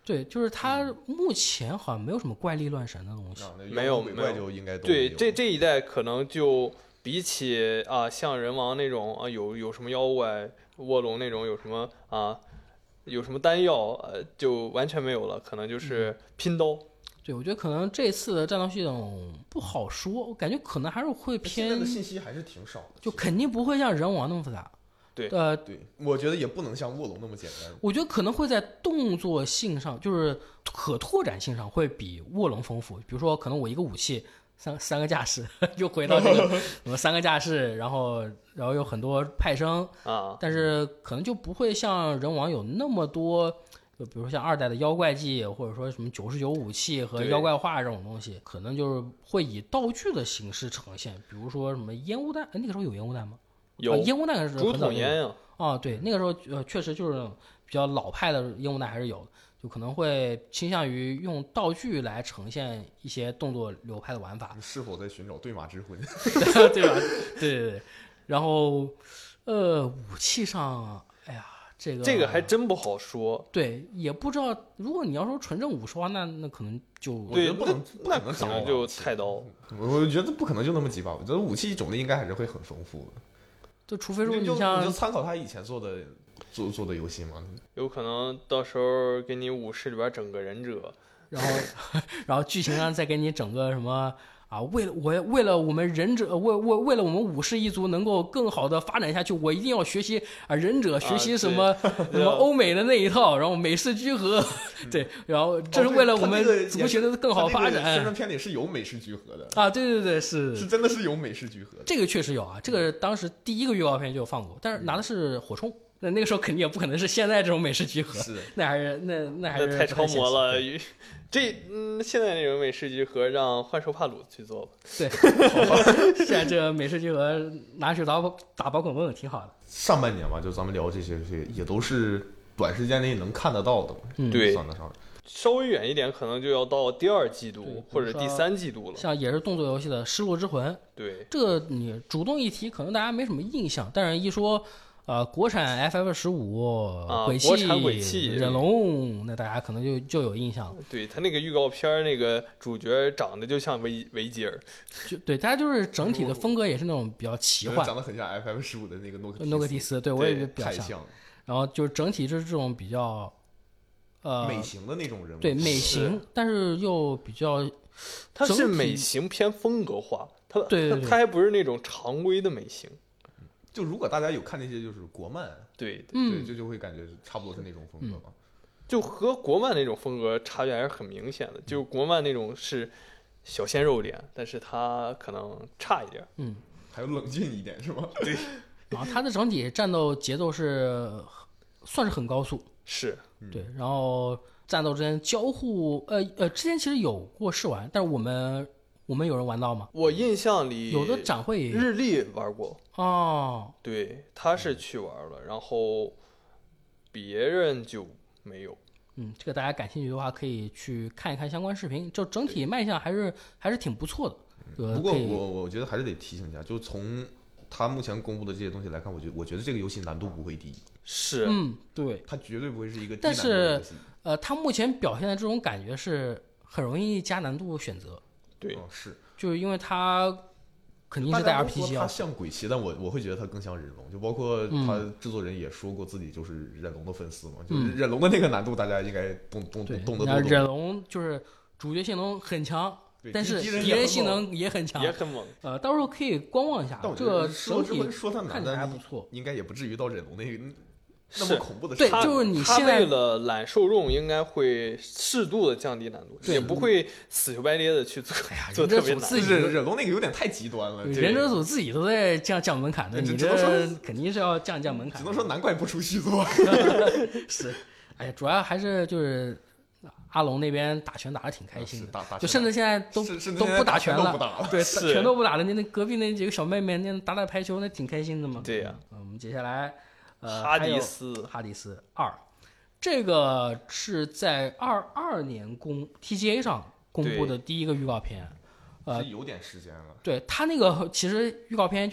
对，就是它目前好像没有什么怪力乱神的东西， 啊、那没有鬼怪就应该都对， 没有这这一代可能就比起啊像人王那种啊有有什么妖怪，卧龙那种有什么啊有什么丹药，呃就完全没有了，可能就是拼刀。 对，我觉得可能这次的战斗系统不好说，我感觉可能还是会偏， 现在的信息还是挺少的， 就肯定不会像人王那么复杂。 对， 呃， 对，我觉得也不能像卧龙那么简单。 我觉得可能会在动作性上，就是可拓展性上会比卧龙丰富。比如说，可能我一个武器三三个架势，又回到这个什么三个架势，然后然后有很多派生啊， 但是可能就不会像人王有那么多。就比如说像二代的妖怪技，或者说什么九十九武器和妖怪化这种东西，可能就是会以道具的形式呈现。比如说什么烟雾弹，哎，那个时候有烟雾弹吗？ 有、 啊、烟雾弹是竹很早筒烟呀。 啊，对，那个时候呃确实就是比较老派的烟雾弹还是有的，就可能会倾向于用道具来呈现一些动作流派的玩法。 你是否在寻找对马之魂？ 对吧？对对对。然后呃，武器上，哎呀。这个这个还真不好说， 对，也不知道。如果你要说纯正武士的话，那那可能就我觉得不能， 那不可能就菜刀。 我觉得不可能就那么几把，我觉得武器种类应该还是会很丰富的。 就除非说你像你就参考他以前做的做做的游戏嘛， 有可能到时候给你武士里边整个忍者， 然后然后剧情上再给你整个什么。啊，为了我，为了我们忍者，为为为了我们武士一族能够更好的发展下去，我一定要学习啊忍者，学习什么、啊、什么欧美的那一套，然后美式聚合，对，然后这是为了我们族群的更好发展。 宣传片里是有美式聚合的啊，对对对，是是真的是有美式聚合的， 这个确实有啊，这个当时第一个预告片就有放过，但是拿的是火冲。那那个时候肯定也不可能是现在这种美式聚合， 是那还是那那还是太超模了。这嗯，现在那种美式聚合让幻兽帕鲁去做吧。 对，好吧，现在这个美式聚合拿去打打宝可梦挺好的。 上半年吧，就咱们聊这些，也都是短时间内能看得到的， 嗯， 对， 算得上。 稍微远一点，可能就要到第二季度或者第三季度了。 像也是动作游戏的《失落之魂》， 对， 这个你主动一提，可能大家没什么印象，但是一说。呃，国产 F F 十五、 啊， 鬼泣、 国产鬼泣、 忍龙，那大家可能就就有印象了。 对他那个预告片，那个主角长得就像维维吉尔， 就对，大家就是整体的风格也是那种比较奇幻， 长得很像 F F 十五的那个诺克诺克蒂斯，对我也觉得比较像。 然后就是整体就是这种比较呃美型的那种人物， 对美型，但是又比较， 他是美型偏风格化，他对对对， 他还不是那种常规的美型。 就如果大家有看那些就是国漫， 对对， 就就会感觉差不多是那种风格嘛。 就和国漫那种风格差距还是很明显的。就国漫那种是小鲜肉脸，但是它可能差一点， 嗯， 还有冷峻一点是吗？ 对。 然后它的整体战斗节奏是算是很高速， 是对。然后战斗之间交互，呃呃，之前其实有过试玩，但是我们。我们有人玩到吗？ 我印象里有的展会日历玩过哦， 对，他是去玩了，然后别人就没有。 嗯，这个大家感兴趣的话，可以去看一看相关视频。就整体卖相还是还是挺不错的。 嗯、不过我我觉得还是得提醒一下，就从他目前公布的这些东西来看，我觉得我觉得这个游戏难度不会低。 是， 嗯，对， 它绝对不会是一个低但难度的游戏。 是呃，它目前表现的这种感觉是很容易加难度选择。 对、 哦，是， 就是因为它肯定是带 R P G 啊。 它像鬼泣，但我我会觉得它更像忍龙，就包括他制作人也说过自己就是忍龙的粉丝嘛， 嗯、 就是忍龙的那个难度大家应该懂懂懂得多。 忍龙就是主角性能很强，但是敌人性能也很强， 也很猛。 呃，到时候可以观望一下。这个整体说它难， 还不错， 应该也不至于到忍龙那个。那么恐怖的对，就是你现在为了揽受众，应该会适度的降低难度，也不会死乞白咧的去做。 哎呀， 做特别难。 自己忍忍龙那个有点太极端了。 忍者组自己都在降降门槛的，你这肯定是要降降门槛。 只能说难怪不出续作。 是，哎呀，主要还是就是阿龙那边打拳打得挺开心的，就甚至现在都都不打拳了，对，拳都不打了。那那隔壁那几个小妹妹那打打排球，那挺开心的嘛。 对呀， 我们接下来。呃， 哈迪斯， 哈迪斯二，这个是在二二年公 T G A 上公布的第一个预告片，呃， 有点时间了。 对他那个其实预告片就是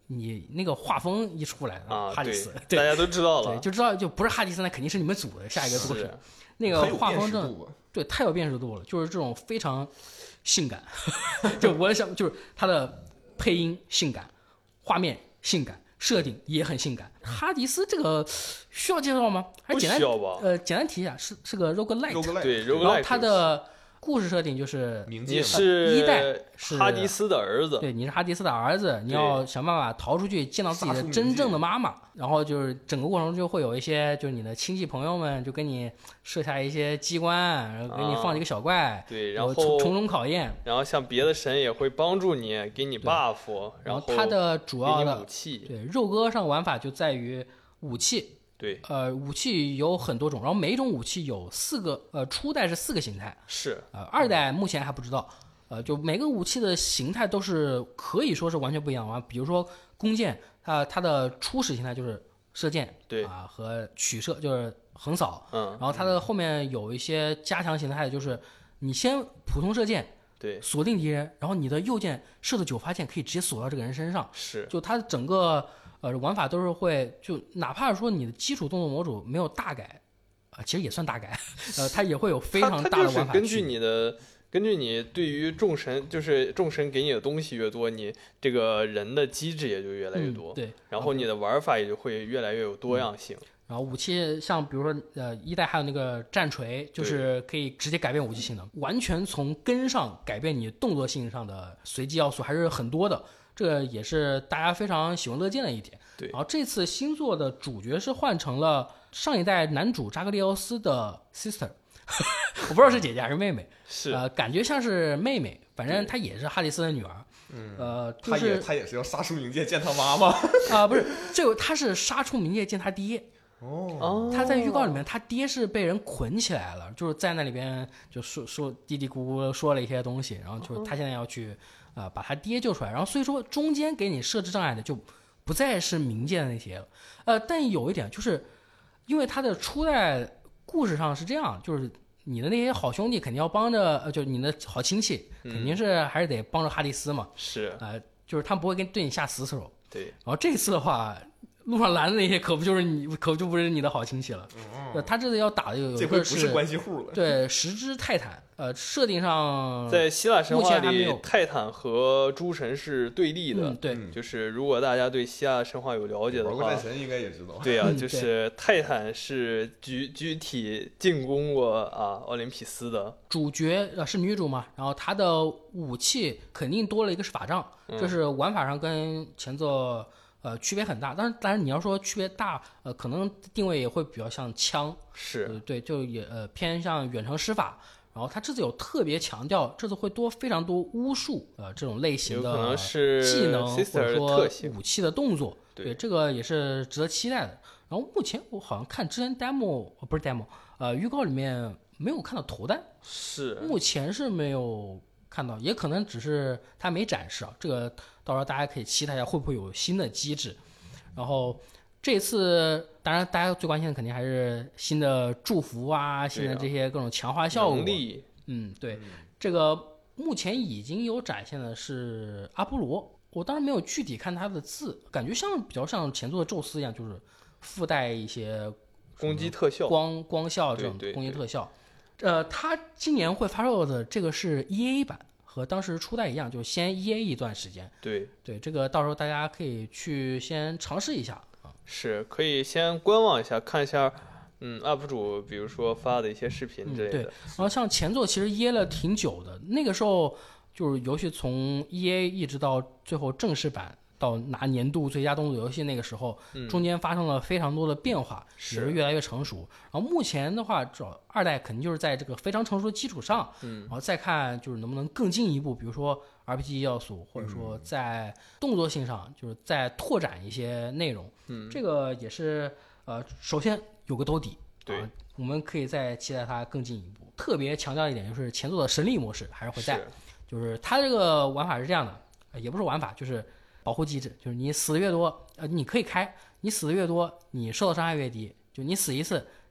你那个画风一出来啊， 哈迪斯， 对，大家都知道了， 对，就知道就不是哈迪斯，那肯定是你们组的下一个故事。那个画风正，对，太有辨识度了，就是这种非常性感，就我想就是它的配音性感，画面性感，设定也很性感。哈迪斯这个需要介绍吗？还是简单不需要吧？ 呃，简单提一下，是是个 roguelite， 对 roguelite， 然后它的故事设定就是你是一代是哈迪斯的儿子， 对，你是哈迪斯的儿子，你要想办法逃出去，见到自己的真正的妈妈。然后就是整个过程中就会有一些，就是你的亲戚朋友们就跟你设下一些机关，然后给你放几个小怪， 啊、对，然后重重考验。 然后像别的神也会帮助你，给你 buff， 然后它的主要的武器， 对肉鸽上玩法就在于武器。 对， 呃，武器有很多种，然后每一种武器有四个，呃，初代是四个形态， 是， 呃，二代目前还不知道，呃，就每个武器的形态都是可以说是完全不一样的。比如说弓箭，它它的初始形态就是射箭， 对啊、呃，和取射就是横扫， 嗯， 然后它的后面有一些加强形态，就是你先普通射箭， 对， 锁定敌人，然后你的右键射的九发箭可以直接锁到这个人身上， 是， 就它整个。呃，玩法都是会，就哪怕说你的基础动作模组没有大改，啊、呃，其实也算大改，呃，它也会有非常大的玩法。 根据你的，根据你对于众神，就是众神给你的东西越多，你这个人的机制也就越来越多， 嗯、对， 然后你的玩法也就会越来越有多样性。 嗯、然后武器像比如说，呃，一代还有那个战锤，就是可以直接改变武器性能，完全从根上改变你动作性上的随机要素还是很多的。这个也是大家非常喜闻乐见的一点。 对， 然后这次新作的主角是换成了上一代男主扎克利奥斯的 sister， 我不知道是姐姐还是妹妹， 是呃，感觉像是妹妹，反正她也是哈迪斯的女儿。 嗯， 呃， 她、就是、也她也是要杀出冥界见她妈妈啊、 呃，不是，这个她是杀出冥界见她爹。 哦， 他在预告里面，他爹是被人捆起来了，就是在那里边就说说嘀嘀咕咕说了一些东西，然后就是他现在要去呃把他爹救出来，然后所以说中间给你设置障碍的就不再是冥界的那些了，呃，但有一点就是因为他的初代故事上是这样，就是你的那些好兄弟肯定要帮着，呃，就是你的好亲戚肯定是还是得帮着哈迪斯嘛， 是、 嗯，呃，就是他们不会跟对你下死手， 对， 然后这次的话。路上拦的那些可不就是你，可就不是你的好亲戚了。嗯、他这次要打的有这回不是关系户了。 对，十只泰坦，呃，设定上在希腊神话里，泰坦和诸神是对立的。 嗯、对， 就是如果大家对希腊神话有了解的话， 玩过战神应该也知道。 对啊，就是泰坦是具具体进攻过啊奥林匹斯的。 主角呃是女主嘛，然后她的武器肯定多了一个是法杖，这、嗯、是玩法上跟前作。呃，区别很大，但是当然你要说区别大，呃，可能定位也会比较像枪， 是、 呃、对，就也呃偏向远程施法。然后它这次有特别强调，这次会多非常多巫术呃这种类型的技能或者说武器的动作， 对， 对，这个也是值得期待的。然后目前我好像看之前 demo 不是 demo， 呃，预告里面没有看到头弹， 是目前是没有看到，也可能只是它没展示啊，这个。到时候大家可以期待一下会不会有新的机制，然后这次当然大家最关心的肯定还是新的祝福啊，新的这些各种强化效果。嗯，对，嗯、这个目前已经有展现的是阿波罗，我当然没有具体看他的字，感觉像比较像前作的宙斯一样，就是附带一些攻击特效、 光光效这种攻击特效。对对对呃，他今年会发售的这个是 E A 版。和当时初代一样，就先 E A 一段时间。 对对，这个到时候大家可以去先尝试一下啊。 是，可以先观望一下，看一下，嗯 ，U P 主比如说发的一些视频之类的。 嗯、对，然后像前作其实噎了挺久的，那个时候就是游戏从 E A 一直到最后正式版到拿年度最佳动作游戏那个时候， 嗯、 中间发生了非常多的变化， 是也是越来越成熟。然后目前的话，找二代肯定就是在这个非常成熟的基础上， 嗯， 然后再看就是能不能更进一步，比如说 R P G 要素，或者说在动作性上，就是再拓展一些内容。 嗯， 这个也是呃，首先有个兜底， 对、 啊，我们可以再期待它更进一步。特别强调一点就是前作的神力模式还是会在， 是就是它这个玩法是这样的，呃、也不是玩法，就是保护机制，就是你死的越多，呃，你可以开，你死的越多，你受到伤害越低。就你死一次，这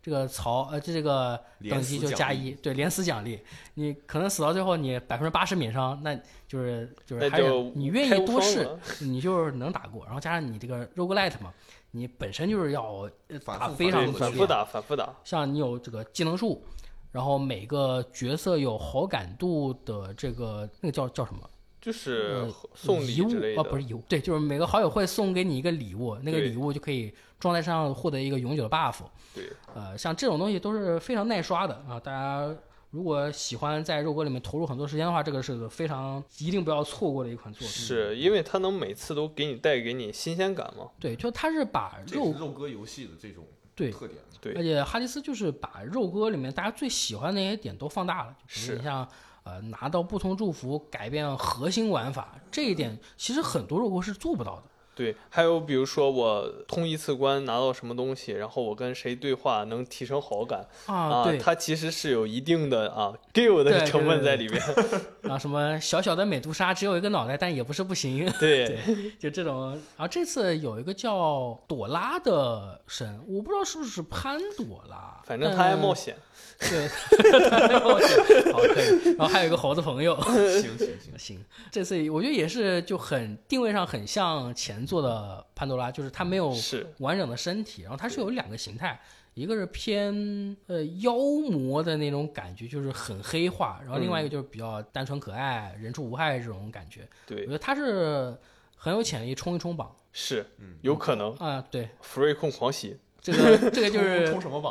这个槽呃这这个等级就加一，对，连死奖励。你可能死到最后你百分之八十免伤，那就是就是还是你愿意多试，你就是能打过。然后加上你这个 roguelite 嘛，你本身就是要打非常反复打反复打， 像你有这个技能树，然后每个角色有好感度的这个那个叫叫什么？ 就是送礼之类的， 哦，不是礼物，对，就是每个好友会送给你一个礼物，那个礼物就可以装在身上获得一个永久的 buff。 对， 呃，像这种东西都是非常耐刷的啊，大家如果喜欢在肉鸽里面投入很多时间的话，这个是个非常一定不要错过的一款作品。 是因为它能每次都给你带给你新鲜感嘛？ 对，就它是把肉肉鸽游戏的这种对特点。 对， 而且哈迪斯就是把肉鸽里面大家最喜欢的那些点都放大了， 是你像。呃，拿到不同祝福改变核心玩法，这一点其实很多肉鸽是做不到的。 对，还有比如说我通一次关拿到什么东西，然后我跟谁对话能提升好感啊， 啊对， 它其实是有一定的啊 give 的成分在里面。 啊，什么小小的美杜莎只有一个脑袋，但也不是不行。 对， 对就这种。然后这次有一个叫朵拉的神，我不知道是不是潘朵拉， 反正他爱冒险。 对，好可以。然后还有一个猴子朋友， 行行行行，这次我觉得也是就很定位上很像前作的潘多拉，就是它没有完整的身体，然后它是有两个形态，一个是偏呃妖魔的那种感觉，就是很黑化，然后另外一个就是比较单纯可爱、嗯、人畜无害这种感觉。 对， 我觉得它是很有潜力冲一冲榜， 是，有可能啊，对， 福瑞控狂喜。 这个这个就是冲什么榜？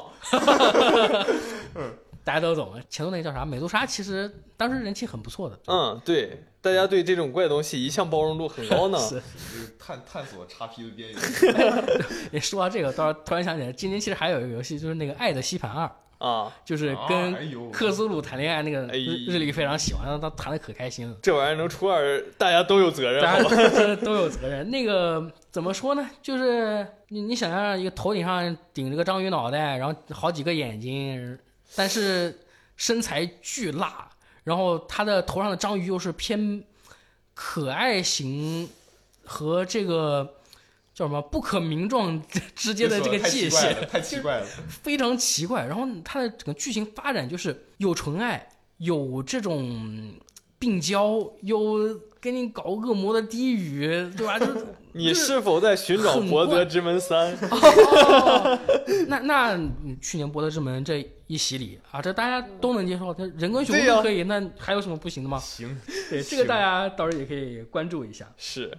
大家都懂了。前头那个叫啥？美杜莎其实当时人气很不错的。 嗯，对，大家对这种怪东西一向包容度很高呢。 是， 探探索叉 P 的边缘。 你说到这个，倒是突然想起来，今年其实还有一个游戏，就是那个《爱的吸盘二》 啊， 就是跟克苏鲁谈恋爱那个日历非常喜欢，他谈的可开心了。 这玩意儿能出二，大家都有责任， 大家都有责任。那个怎么说呢？就是你你想象一个头顶上顶着个章鱼脑袋，然后好几个眼睛，但是身材巨辣，然后他的头上的章鱼又是偏可爱型和这个叫什么不可名状之间的这个界限， 太奇怪了， 非常奇怪。然后它的整个剧情发展就是有纯爱，有这种病娇，有给你搞恶魔的低语，对吧？就是你是否在寻找《博德之门三》 哦？那那去年《博德之门》这一洗礼啊，这大家都能接受，这人跟熊都可以，那还有什么不行的吗？ 行， 对这个大家到时候也可以关注一下。 是。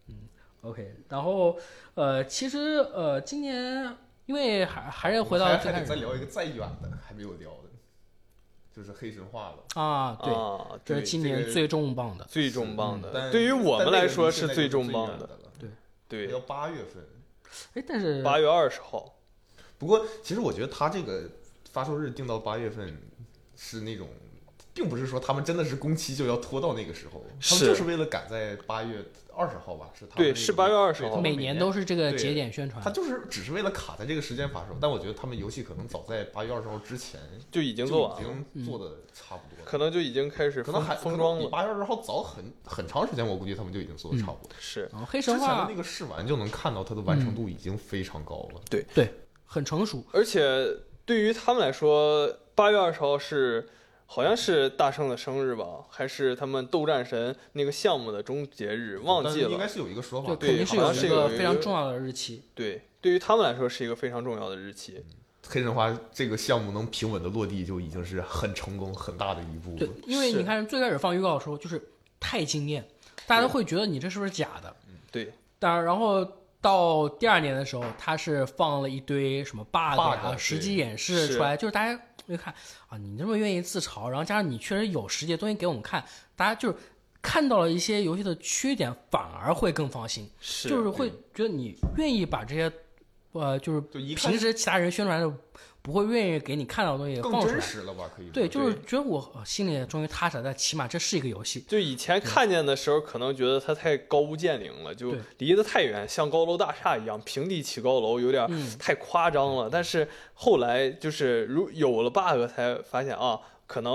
OK， 然后呃，其实呃，今年因为还还是回到还还得再聊一个再远的还没有聊的，就是黑神话了啊，对， 啊这是今年最重磅的， 最重磅的， 嗯、 对于我们来说是最重磅的， 对对， 要八月份， 哎，但是八月二十号， 不过其实我觉得他这个发售日定到八月份是那种。并不是说他们真的是工期就要拖到那个时候，他们就是为了赶在八月二十号吧，是他们、那个、 对，是八月二十号， 每年都是这个节点宣传， 他就是只是为了卡在这个时间发售。但我觉得他们游戏可能早在八月二十号之前就已经做完了， 已经做的差不多了、 嗯，可能就已经开始可能还封装了。 八月二十号早很很长时间，我估计他们就已经做的差不多。 嗯、是、 哦，黑神话之前的那个试玩就能看到它的完成度已经非常高了， 嗯、对对，很成熟。 而且对于他们来说，八月二十号是。好像是大圣的生日吧，还是他们斗战神那个项目的终结日，忘记了。 应该是有一个说法， 对，肯定是有一个非常重要的日期。 对，对于他们来说是一个非常重要的日期。 嗯、黑神话这个项目能平稳的落地，就已经是很成功、很大的一步了。 对，因为你看最开始放预告的时候，就是太惊艳，大家都会觉得你这是不是假的？ 对。 当然，然后到第二年的时候，他是放了一堆什么 bug 啊、 bug, 实际演示出来，就是大家。就看啊，你这么愿意自嘲，然后加上你确实有实际的东西给我们看，大家就是看到了一些游戏的缺点，反而会更放心， 是就是会觉得你愿意把这些，呃，就是平时其他人宣传的不会愿意给你看到的东西放出来， 更真实了吧？可以对，就是觉得我心里终于踏实了，但起码这是一个游戏。 就以前看见的时候，可能觉得它太高屋建瓴了，就离得太远，像高楼大厦一样平地起高楼，有点太夸张了。嗯、但是后来就是如有了 bug， 才发现啊，可能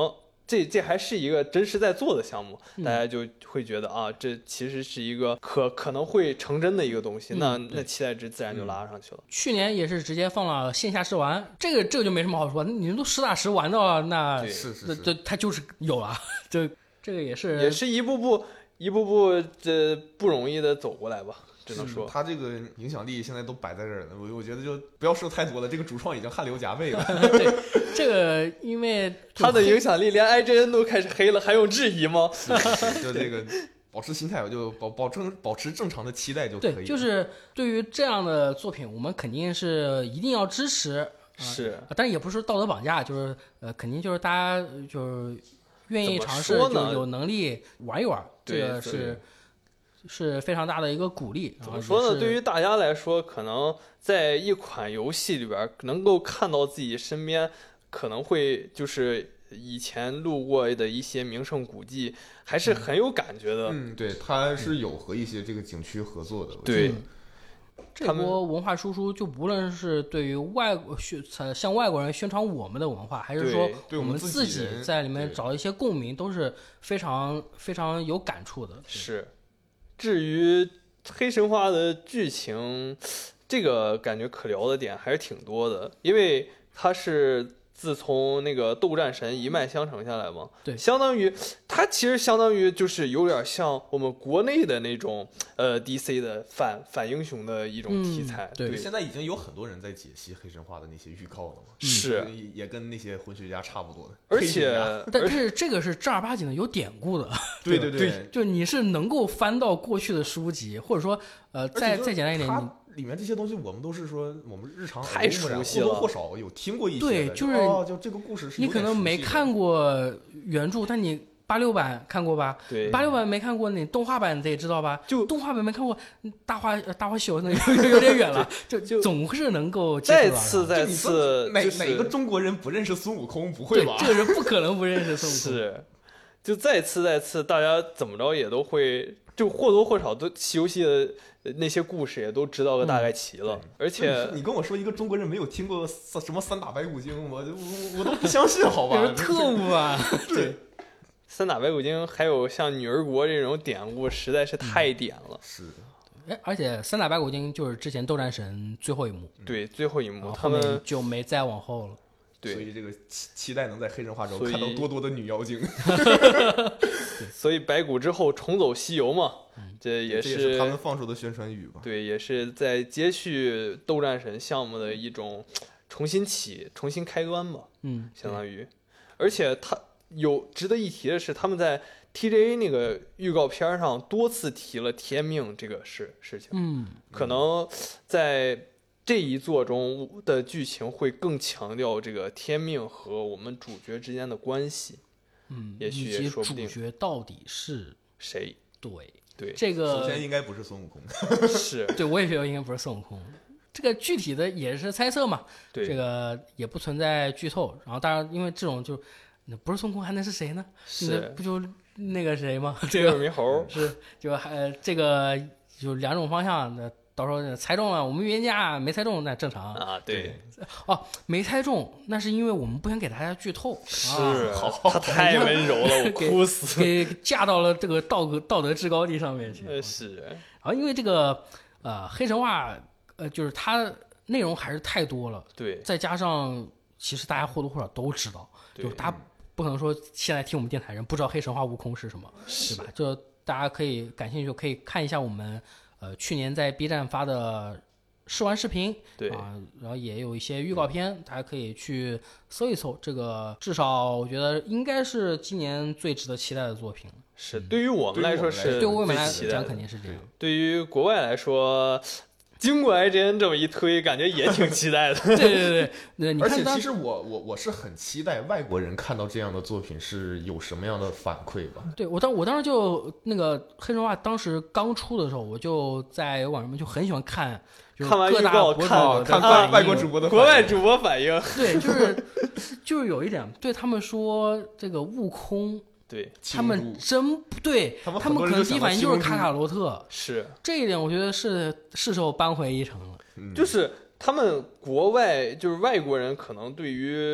这这还是一个真实在做的项目， 嗯大家就会觉得啊，这其实是一个可可能会成真的一个东西， 嗯那那期待值自然就拉上去了。 去年也是直接放了线下试玩，这个这个就没什么好说，你们都实打实玩到了，那对是是是， 这这它就是有了，这这个也是也是一步步一步步这不容易的走过来吧，只能说他这个影响力现在都摆在这儿了，我我觉得就不要说太多了，这个主创已经汗流浃背了。 对这个，因为他的影响力连 I G N 都开始黑了，还用质疑吗？ 是是就这个保持心态，我就保保证保持正常的期待就可以了。 对，就是对于这样的作品，我们肯定是一定要支持，呃、 是， 但是也不是道德绑架，就是呃，肯定就是大家就是愿意尝试，就有能力玩一玩，这个是是非常大的一个鼓励。 怎么说呢？对于大家来说，可能在一款游戏里边能够看到自己身边可能会就是以前路过的一些名胜古迹，还是很有感觉的。 嗯，对，它是有和一些这个景区合作的。 对。 这波文化输出，就不论是对于外国宣向外国人宣传我们的文化，还是说我们自己在里面找一些共鸣，都是非常非常有感触的。 是。至于黑神话的剧情，这个感觉可聊的点还是挺多的，因为它是自从那个斗战神一脉相承下来嘛， 对， 相当于它其实相当于就是有点像我们国内的那种呃 D C 的反反英雄的一种题材。 嗯、对， 对， 现在已经有很多人在解析黑神话的那些预告了嘛， 是、 嗯、也跟那些混学家差不多的， 而且但是这个是正儿八经的有典故的， 对对对， 就你是能够翻到过去的书籍，或者说呃再再简单一点，你里面这些东西我们都是说我们日常太熟悉了， 或多或少有听过一些。 对，就是哦，就这个故事是你可能没看过原著，但你八六版看过吧？ 对， 八六版没看过，你动画版你得知道吧？ 就动画版没看过，大话大话西游那有有点远了，就就总是能够接再次再次哪、 就是、 哪个中国人不认识孙悟空？不会吧？ 这个人不可能不认识孙悟空。 是，就再次再次，大家怎么着也都会，就或多或少都西游记的那些故事也都知道个大概齐了。嗯、而且你跟我说一个中国人没有听过什么三打白骨精，我我我都不相信，好吧？ 这是特务啊！ 对。三打白骨精还有像女儿国这种典故实在是太点了。 嗯、是的。 哎，而且三打白骨精就是之前斗战神最后一幕， 对，最后一幕他们就没再往后了。 对， 所以这个期期待能在黑神话中看到多多的女妖精。 所以白骨之后重走西游嘛， 嗯、 这也是, 这也是他们放出的宣传语吧？ 对，也是在接续斗战神项目的一种重新起、重新开端吧。 嗯， 相当于，而且他有值得一提的是，他们在 T G A 那个预告片上多次提了天命这个事事情。 嗯， 可能在这一作中的剧情会更强调这个天命和我们主角之间的关系。 嗯， 也许也说不定。 主角到底是谁？ 对对， 这个首先应该不是孙悟空。 是， 对我也觉得应该不是孙悟空。这个具体的也是猜测嘛， 对， 这个也不存在剧透。然后当然，因为这种就不是孙悟空还能是谁呢？ 是不就那个谁吗？这个猕猴是就还这个有两种方向的。到时候猜中了，我们预言家没猜中，那正常啊。对， 哦，没猜中，那是因为我们不想给大家剧透。 是， 啊、 好，他太温柔了，我哭死， 给架到了这个道德道德制高地上面去。 是， 啊，因为这个呃黑神话，呃，就是它内容还是太多了。 对， 再加上其实大家或多或少都知道，就大家不可能说现在听我们电台人不知道黑神话悟空是什么，对吧？就大家可以感兴趣可以看一下我们。呃，去年在 B 站发的试玩视频， 对啊，然后也有一些预告片，大家可以去搜一搜。这个至少我觉得应该是今年最值得期待的作品。 是，对于我们来说是， 对我们来讲肯定是这样。 对于国外来说，经过 I G N 这么一推，感觉也挺期待的。 对对对对，你看， 而且其实我我我是很期待外国人看到这样的作品是有什么样的反馈吧。 对我当我当时就那个黑神话当时刚出的时候，我就在网上面就很喜欢看，就是看完预告看看看外国主播的国外主播反应。 对，就是就是有一点对他们说这个悟空。 对， 他们真不对， 他们他们可能第一反应就是卡卡罗特， 是这一点，我觉得是是时候扳回一城了。 嗯、就是他们国外就是外国人，可能对于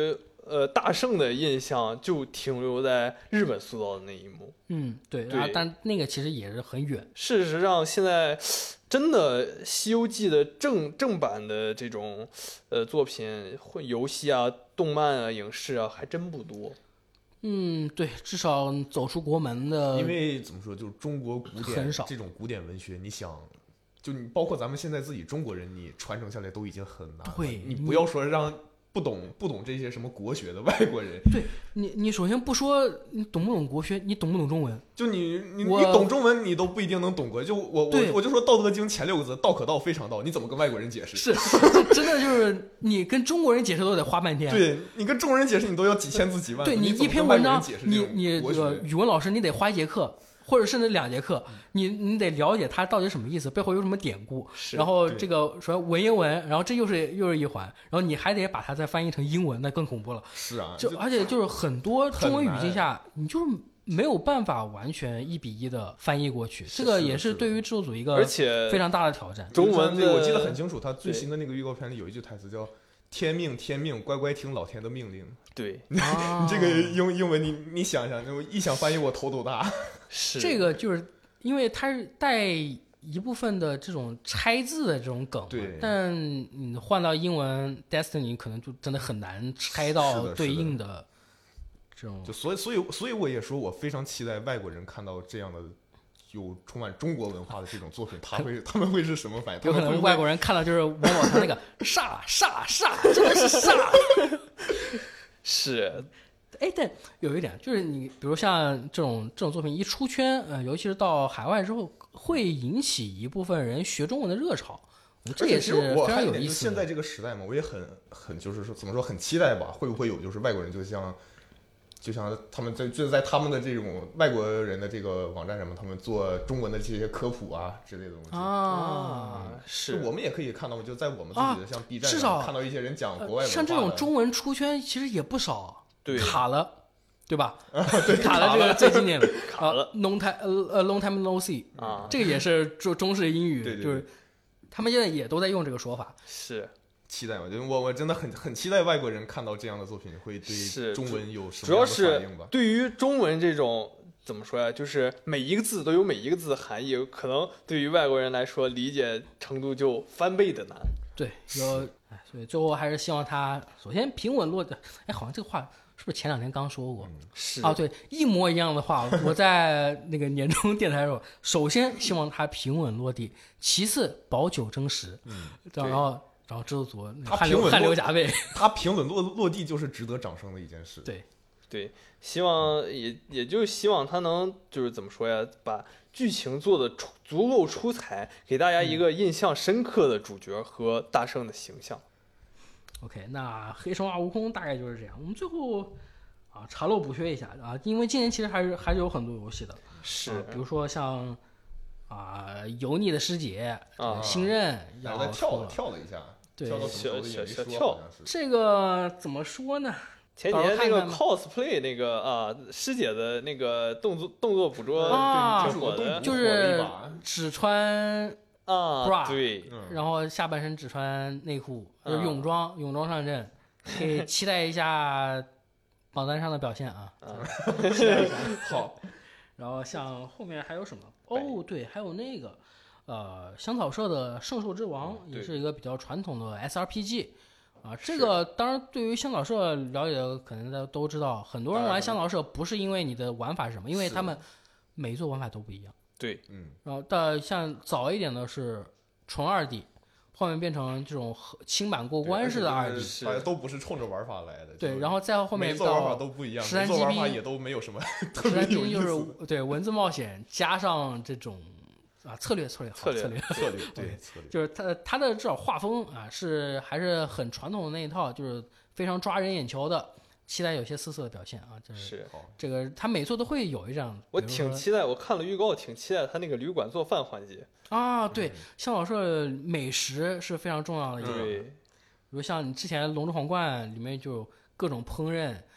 呃大圣的印象就停留在日本塑造的那一幕。 嗯，对， 对然后但那个其实也是很远。 事实上，现在真的《西游记》的正正版的这种呃作品，或游戏啊、动漫啊、影视啊，还真不多。 嗯，对，至少走出国门的， 因为怎么说，就是中国古典很少这种古典文学，你想，就你包括咱们现在自己中国人，你传承下来都已经很难了。 对你不要说让不懂不懂这些什么国学的外国人， 对你，你首先不说你懂不懂国学，你懂不懂中文？ 就你你我你懂中文，你都不一定能懂国。就我对我我就说《道德经》前六个字“道可道，非常道”，你怎么跟外国人解释？ 是，真的就是你跟中国人解释都得花半天。 对你跟中国人解释，你都要几千字几万字。 对你一你怎么跟外篇文章国人解释， 你这种国你这个学语文老师你得花一节课，或者甚至两节课，你你得了解它到底什么意思，背后有什么典故， 是然后对这个说文言文，然后这又是又是一环，然后你还得把它再翻译成英文，那更恐怖了。 是啊， 就而且就是很多中文语境下，你就是没有办法完全一比一的翻译过去， 是这个是的是的也是对于制作组一个而且非常大的挑战。 中文的这个我记得很清楚，他最新的那个预告片里有一句台词叫“天命天命，乖乖听老天的命令”。 对， 啊你这个英英文你你想想，我一想翻译我头都大。 是这个就是因为它是带一部分的这种拆字的这种梗嘛， 对但你换到英文 Destiny 可能就真的很难拆是到的对应的这种。 就所以所以所以我也说我非常期待外国人看到这样的有充满中国文化的这种作品，他会他们会是什么反应？ 有可能他们会不会外国人看到就是王宝强那个煞煞煞，真的是煞。 是哎，但有一点就是你，比如像这种这种作品一出圈，呃，尤其是到海外之后，会引起一部分人学中文的热潮。我觉得这也是而且其实我非常还有一点有意思的。 就是现在这个时代嘛，我也很很就是说怎么说很期待吧，会不会有就是外国人就像就像他们在就是在他们的这种外国人的这个网站上面，他们做中文的这些科普啊之类的东西。 啊， 是就我们也可以看到，就在我们自己的像 B 站至少上看到一些人讲国外文化的， 呃像这种中文出圈其实也不少。 对卡了，对吧？ 对卡了这个最经典的卡了啊，long time 呃呃 long time no see 啊， 这个也是中中式英语， 对对对就是他们现在也都在用这个说法。 是期待嘛，就是我我真的很很期待外国人看到这样的作品会是对中文有什主要么样的反是应吧。 对于中文这种怎么说呀，就是每一个字都有每一个字的含义，可能对于外国人来说理解程度就翻倍的难。 对，有哎，所以最后还是希望他首先平稳落地。哎，好像这个话是不是前两天刚说过？ 是啊，对，一模一样的话，我在那个年终电台的时候，首先希望它平稳落地，其次保久真实， 嗯， 然后然后制作组它汗流汗平稳落流浃背， 他平稳落落地就是值得掌声的一件事。 对， 对，希望也也就希望他能就是怎么说呀，把剧情做的出足够出彩，给大家一个印象深刻的主角和大圣的形象。 OK，那黑神话悟空大概就是这样。我们最后啊查漏补缺一下啊，因为今年其实还是还是有很多游戏的， 是， 啊、比如说像啊油腻的师姐啊新任然要后他跳了出了， 跳了一下， 对跳到什么时候的也没说， 小小跳好像是。 这个怎么说呢？ 前几年那个到时候看看吧 cosplay 那个啊，师姐的那个动作动作捕捉啊挺火的就火了一是把只穿， 啊， bra 对， 嗯， 然后下半身只穿内裤， 啊就是泳装，泳装上阵，可以期待一下榜单上的表现啊。 啊， 期待一下。 好， 然后像后面还有什么？哦，对，还有那个，呃，香草社的《圣兽之王》也对是一个比较传统的 S R P G，啊，这个当然对于香草社了解的可能大家都知道，很多人玩香草社不是因为你的玩法是什么，因为他们每一座玩法都不一样。 对， 嗯， 然后但像早一点的是纯二 D，后面变成这种和轻版过关式的二 D， 是大家都不是冲着玩法来的。 对，然后再后面每座玩法到都不一样， 十三每座玩机兵法也都没有什么特十别有意三机就思。 是对文字冒险加上这种啊策略策略策略策略。 策略对策略， 就是它它的至少画风啊是还是很传统的那一套，就是非常抓人眼球的，期待有些丝丝的表现啊。就是是好， 这个它每座都会有一这样， 我比如说挺期待，我看了预告，挺期待他那个旅馆做饭环节。 啊，对，香草社美食是非常重要的一个， 对， 比如像你之前《龙之皇冠》里面就有各种烹饪，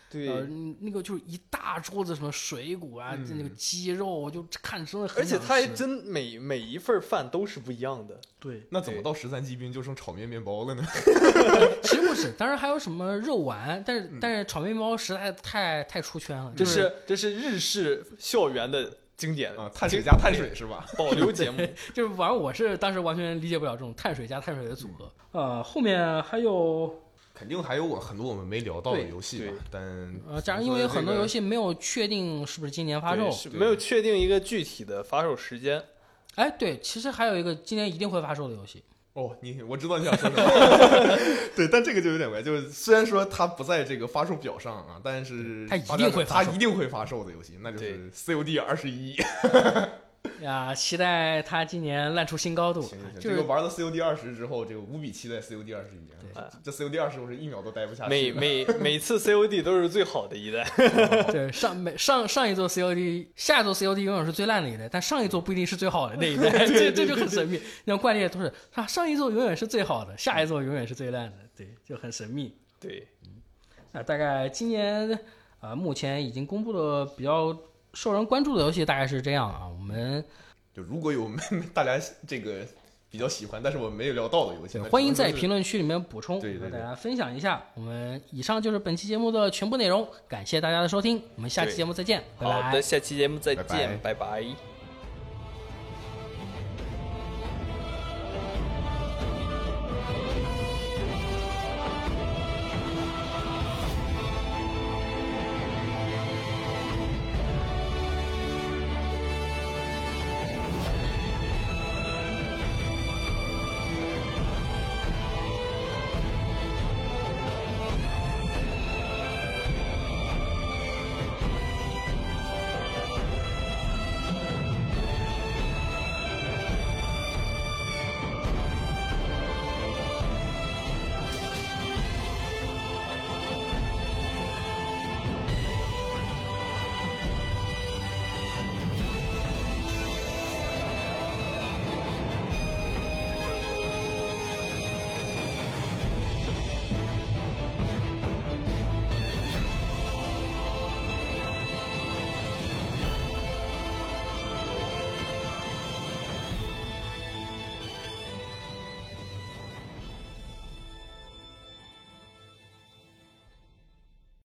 对、 呃，那个就是一大桌子什么水果啊， 嗯、 那个鸡肉，就看真的很而且它还想吃真每每一份饭都是不一样的。 对， 那怎么到十三机兵就剩炒面面包了呢？ 其实不是，当然还有什么肉丸，但是、嗯、但是炒面包实在太太出圈了。 这是、 是这是日式校园的经典啊，碳水加碳水是吧？ 保留节目就是反正我是当时完全理解不了这种碳水加碳水的组合。呃，后面还有。 肯定还有我很多我们没聊到的游戏吧，但呃，加上因为有很多游戏没有确定是不是今年发售， 没有确定一个具体的发售时间。 哎，对，其实还有一个今年一定会发售的游戏。 哦，你我知道你想说什么。对，但这个就有点怪，就是虽然说它不在这个发售表上啊，但是它一定会发售， 它一定会发售的游戏，那就是 C O D 二十一。 呀，期待他今年烂出新高度。 行行行， 就是、 这个玩了 C O D 二十之后，这个无比期待 C O D 二十一。对，这 C O D 二十我是一秒都待不下去。 每每每次 C O D 都是最好的一代。 对，上每上上一座 C O D， 下一座 C O D 永远是最烂的一代，但上一座不一定是最好的那一代，这这就很神秘。那种惯例都是啊，上一座永远是最好的，下一座永远是最烂的，对，就很神秘。 对， 嗯，那大概今年啊、呃，目前已经公布的比较受人关注的游戏大概是这样啊，我们。 就如果有大家这个比较喜欢，但是我没有聊到的游戏， 欢迎在评论区里面补充， 对对对， 和大家分享一下。我们以上就是本期节目的全部内容，感谢大家的收听，我们下期节目再见，拜拜。 好的，下期节目再见， 拜拜。 拜拜。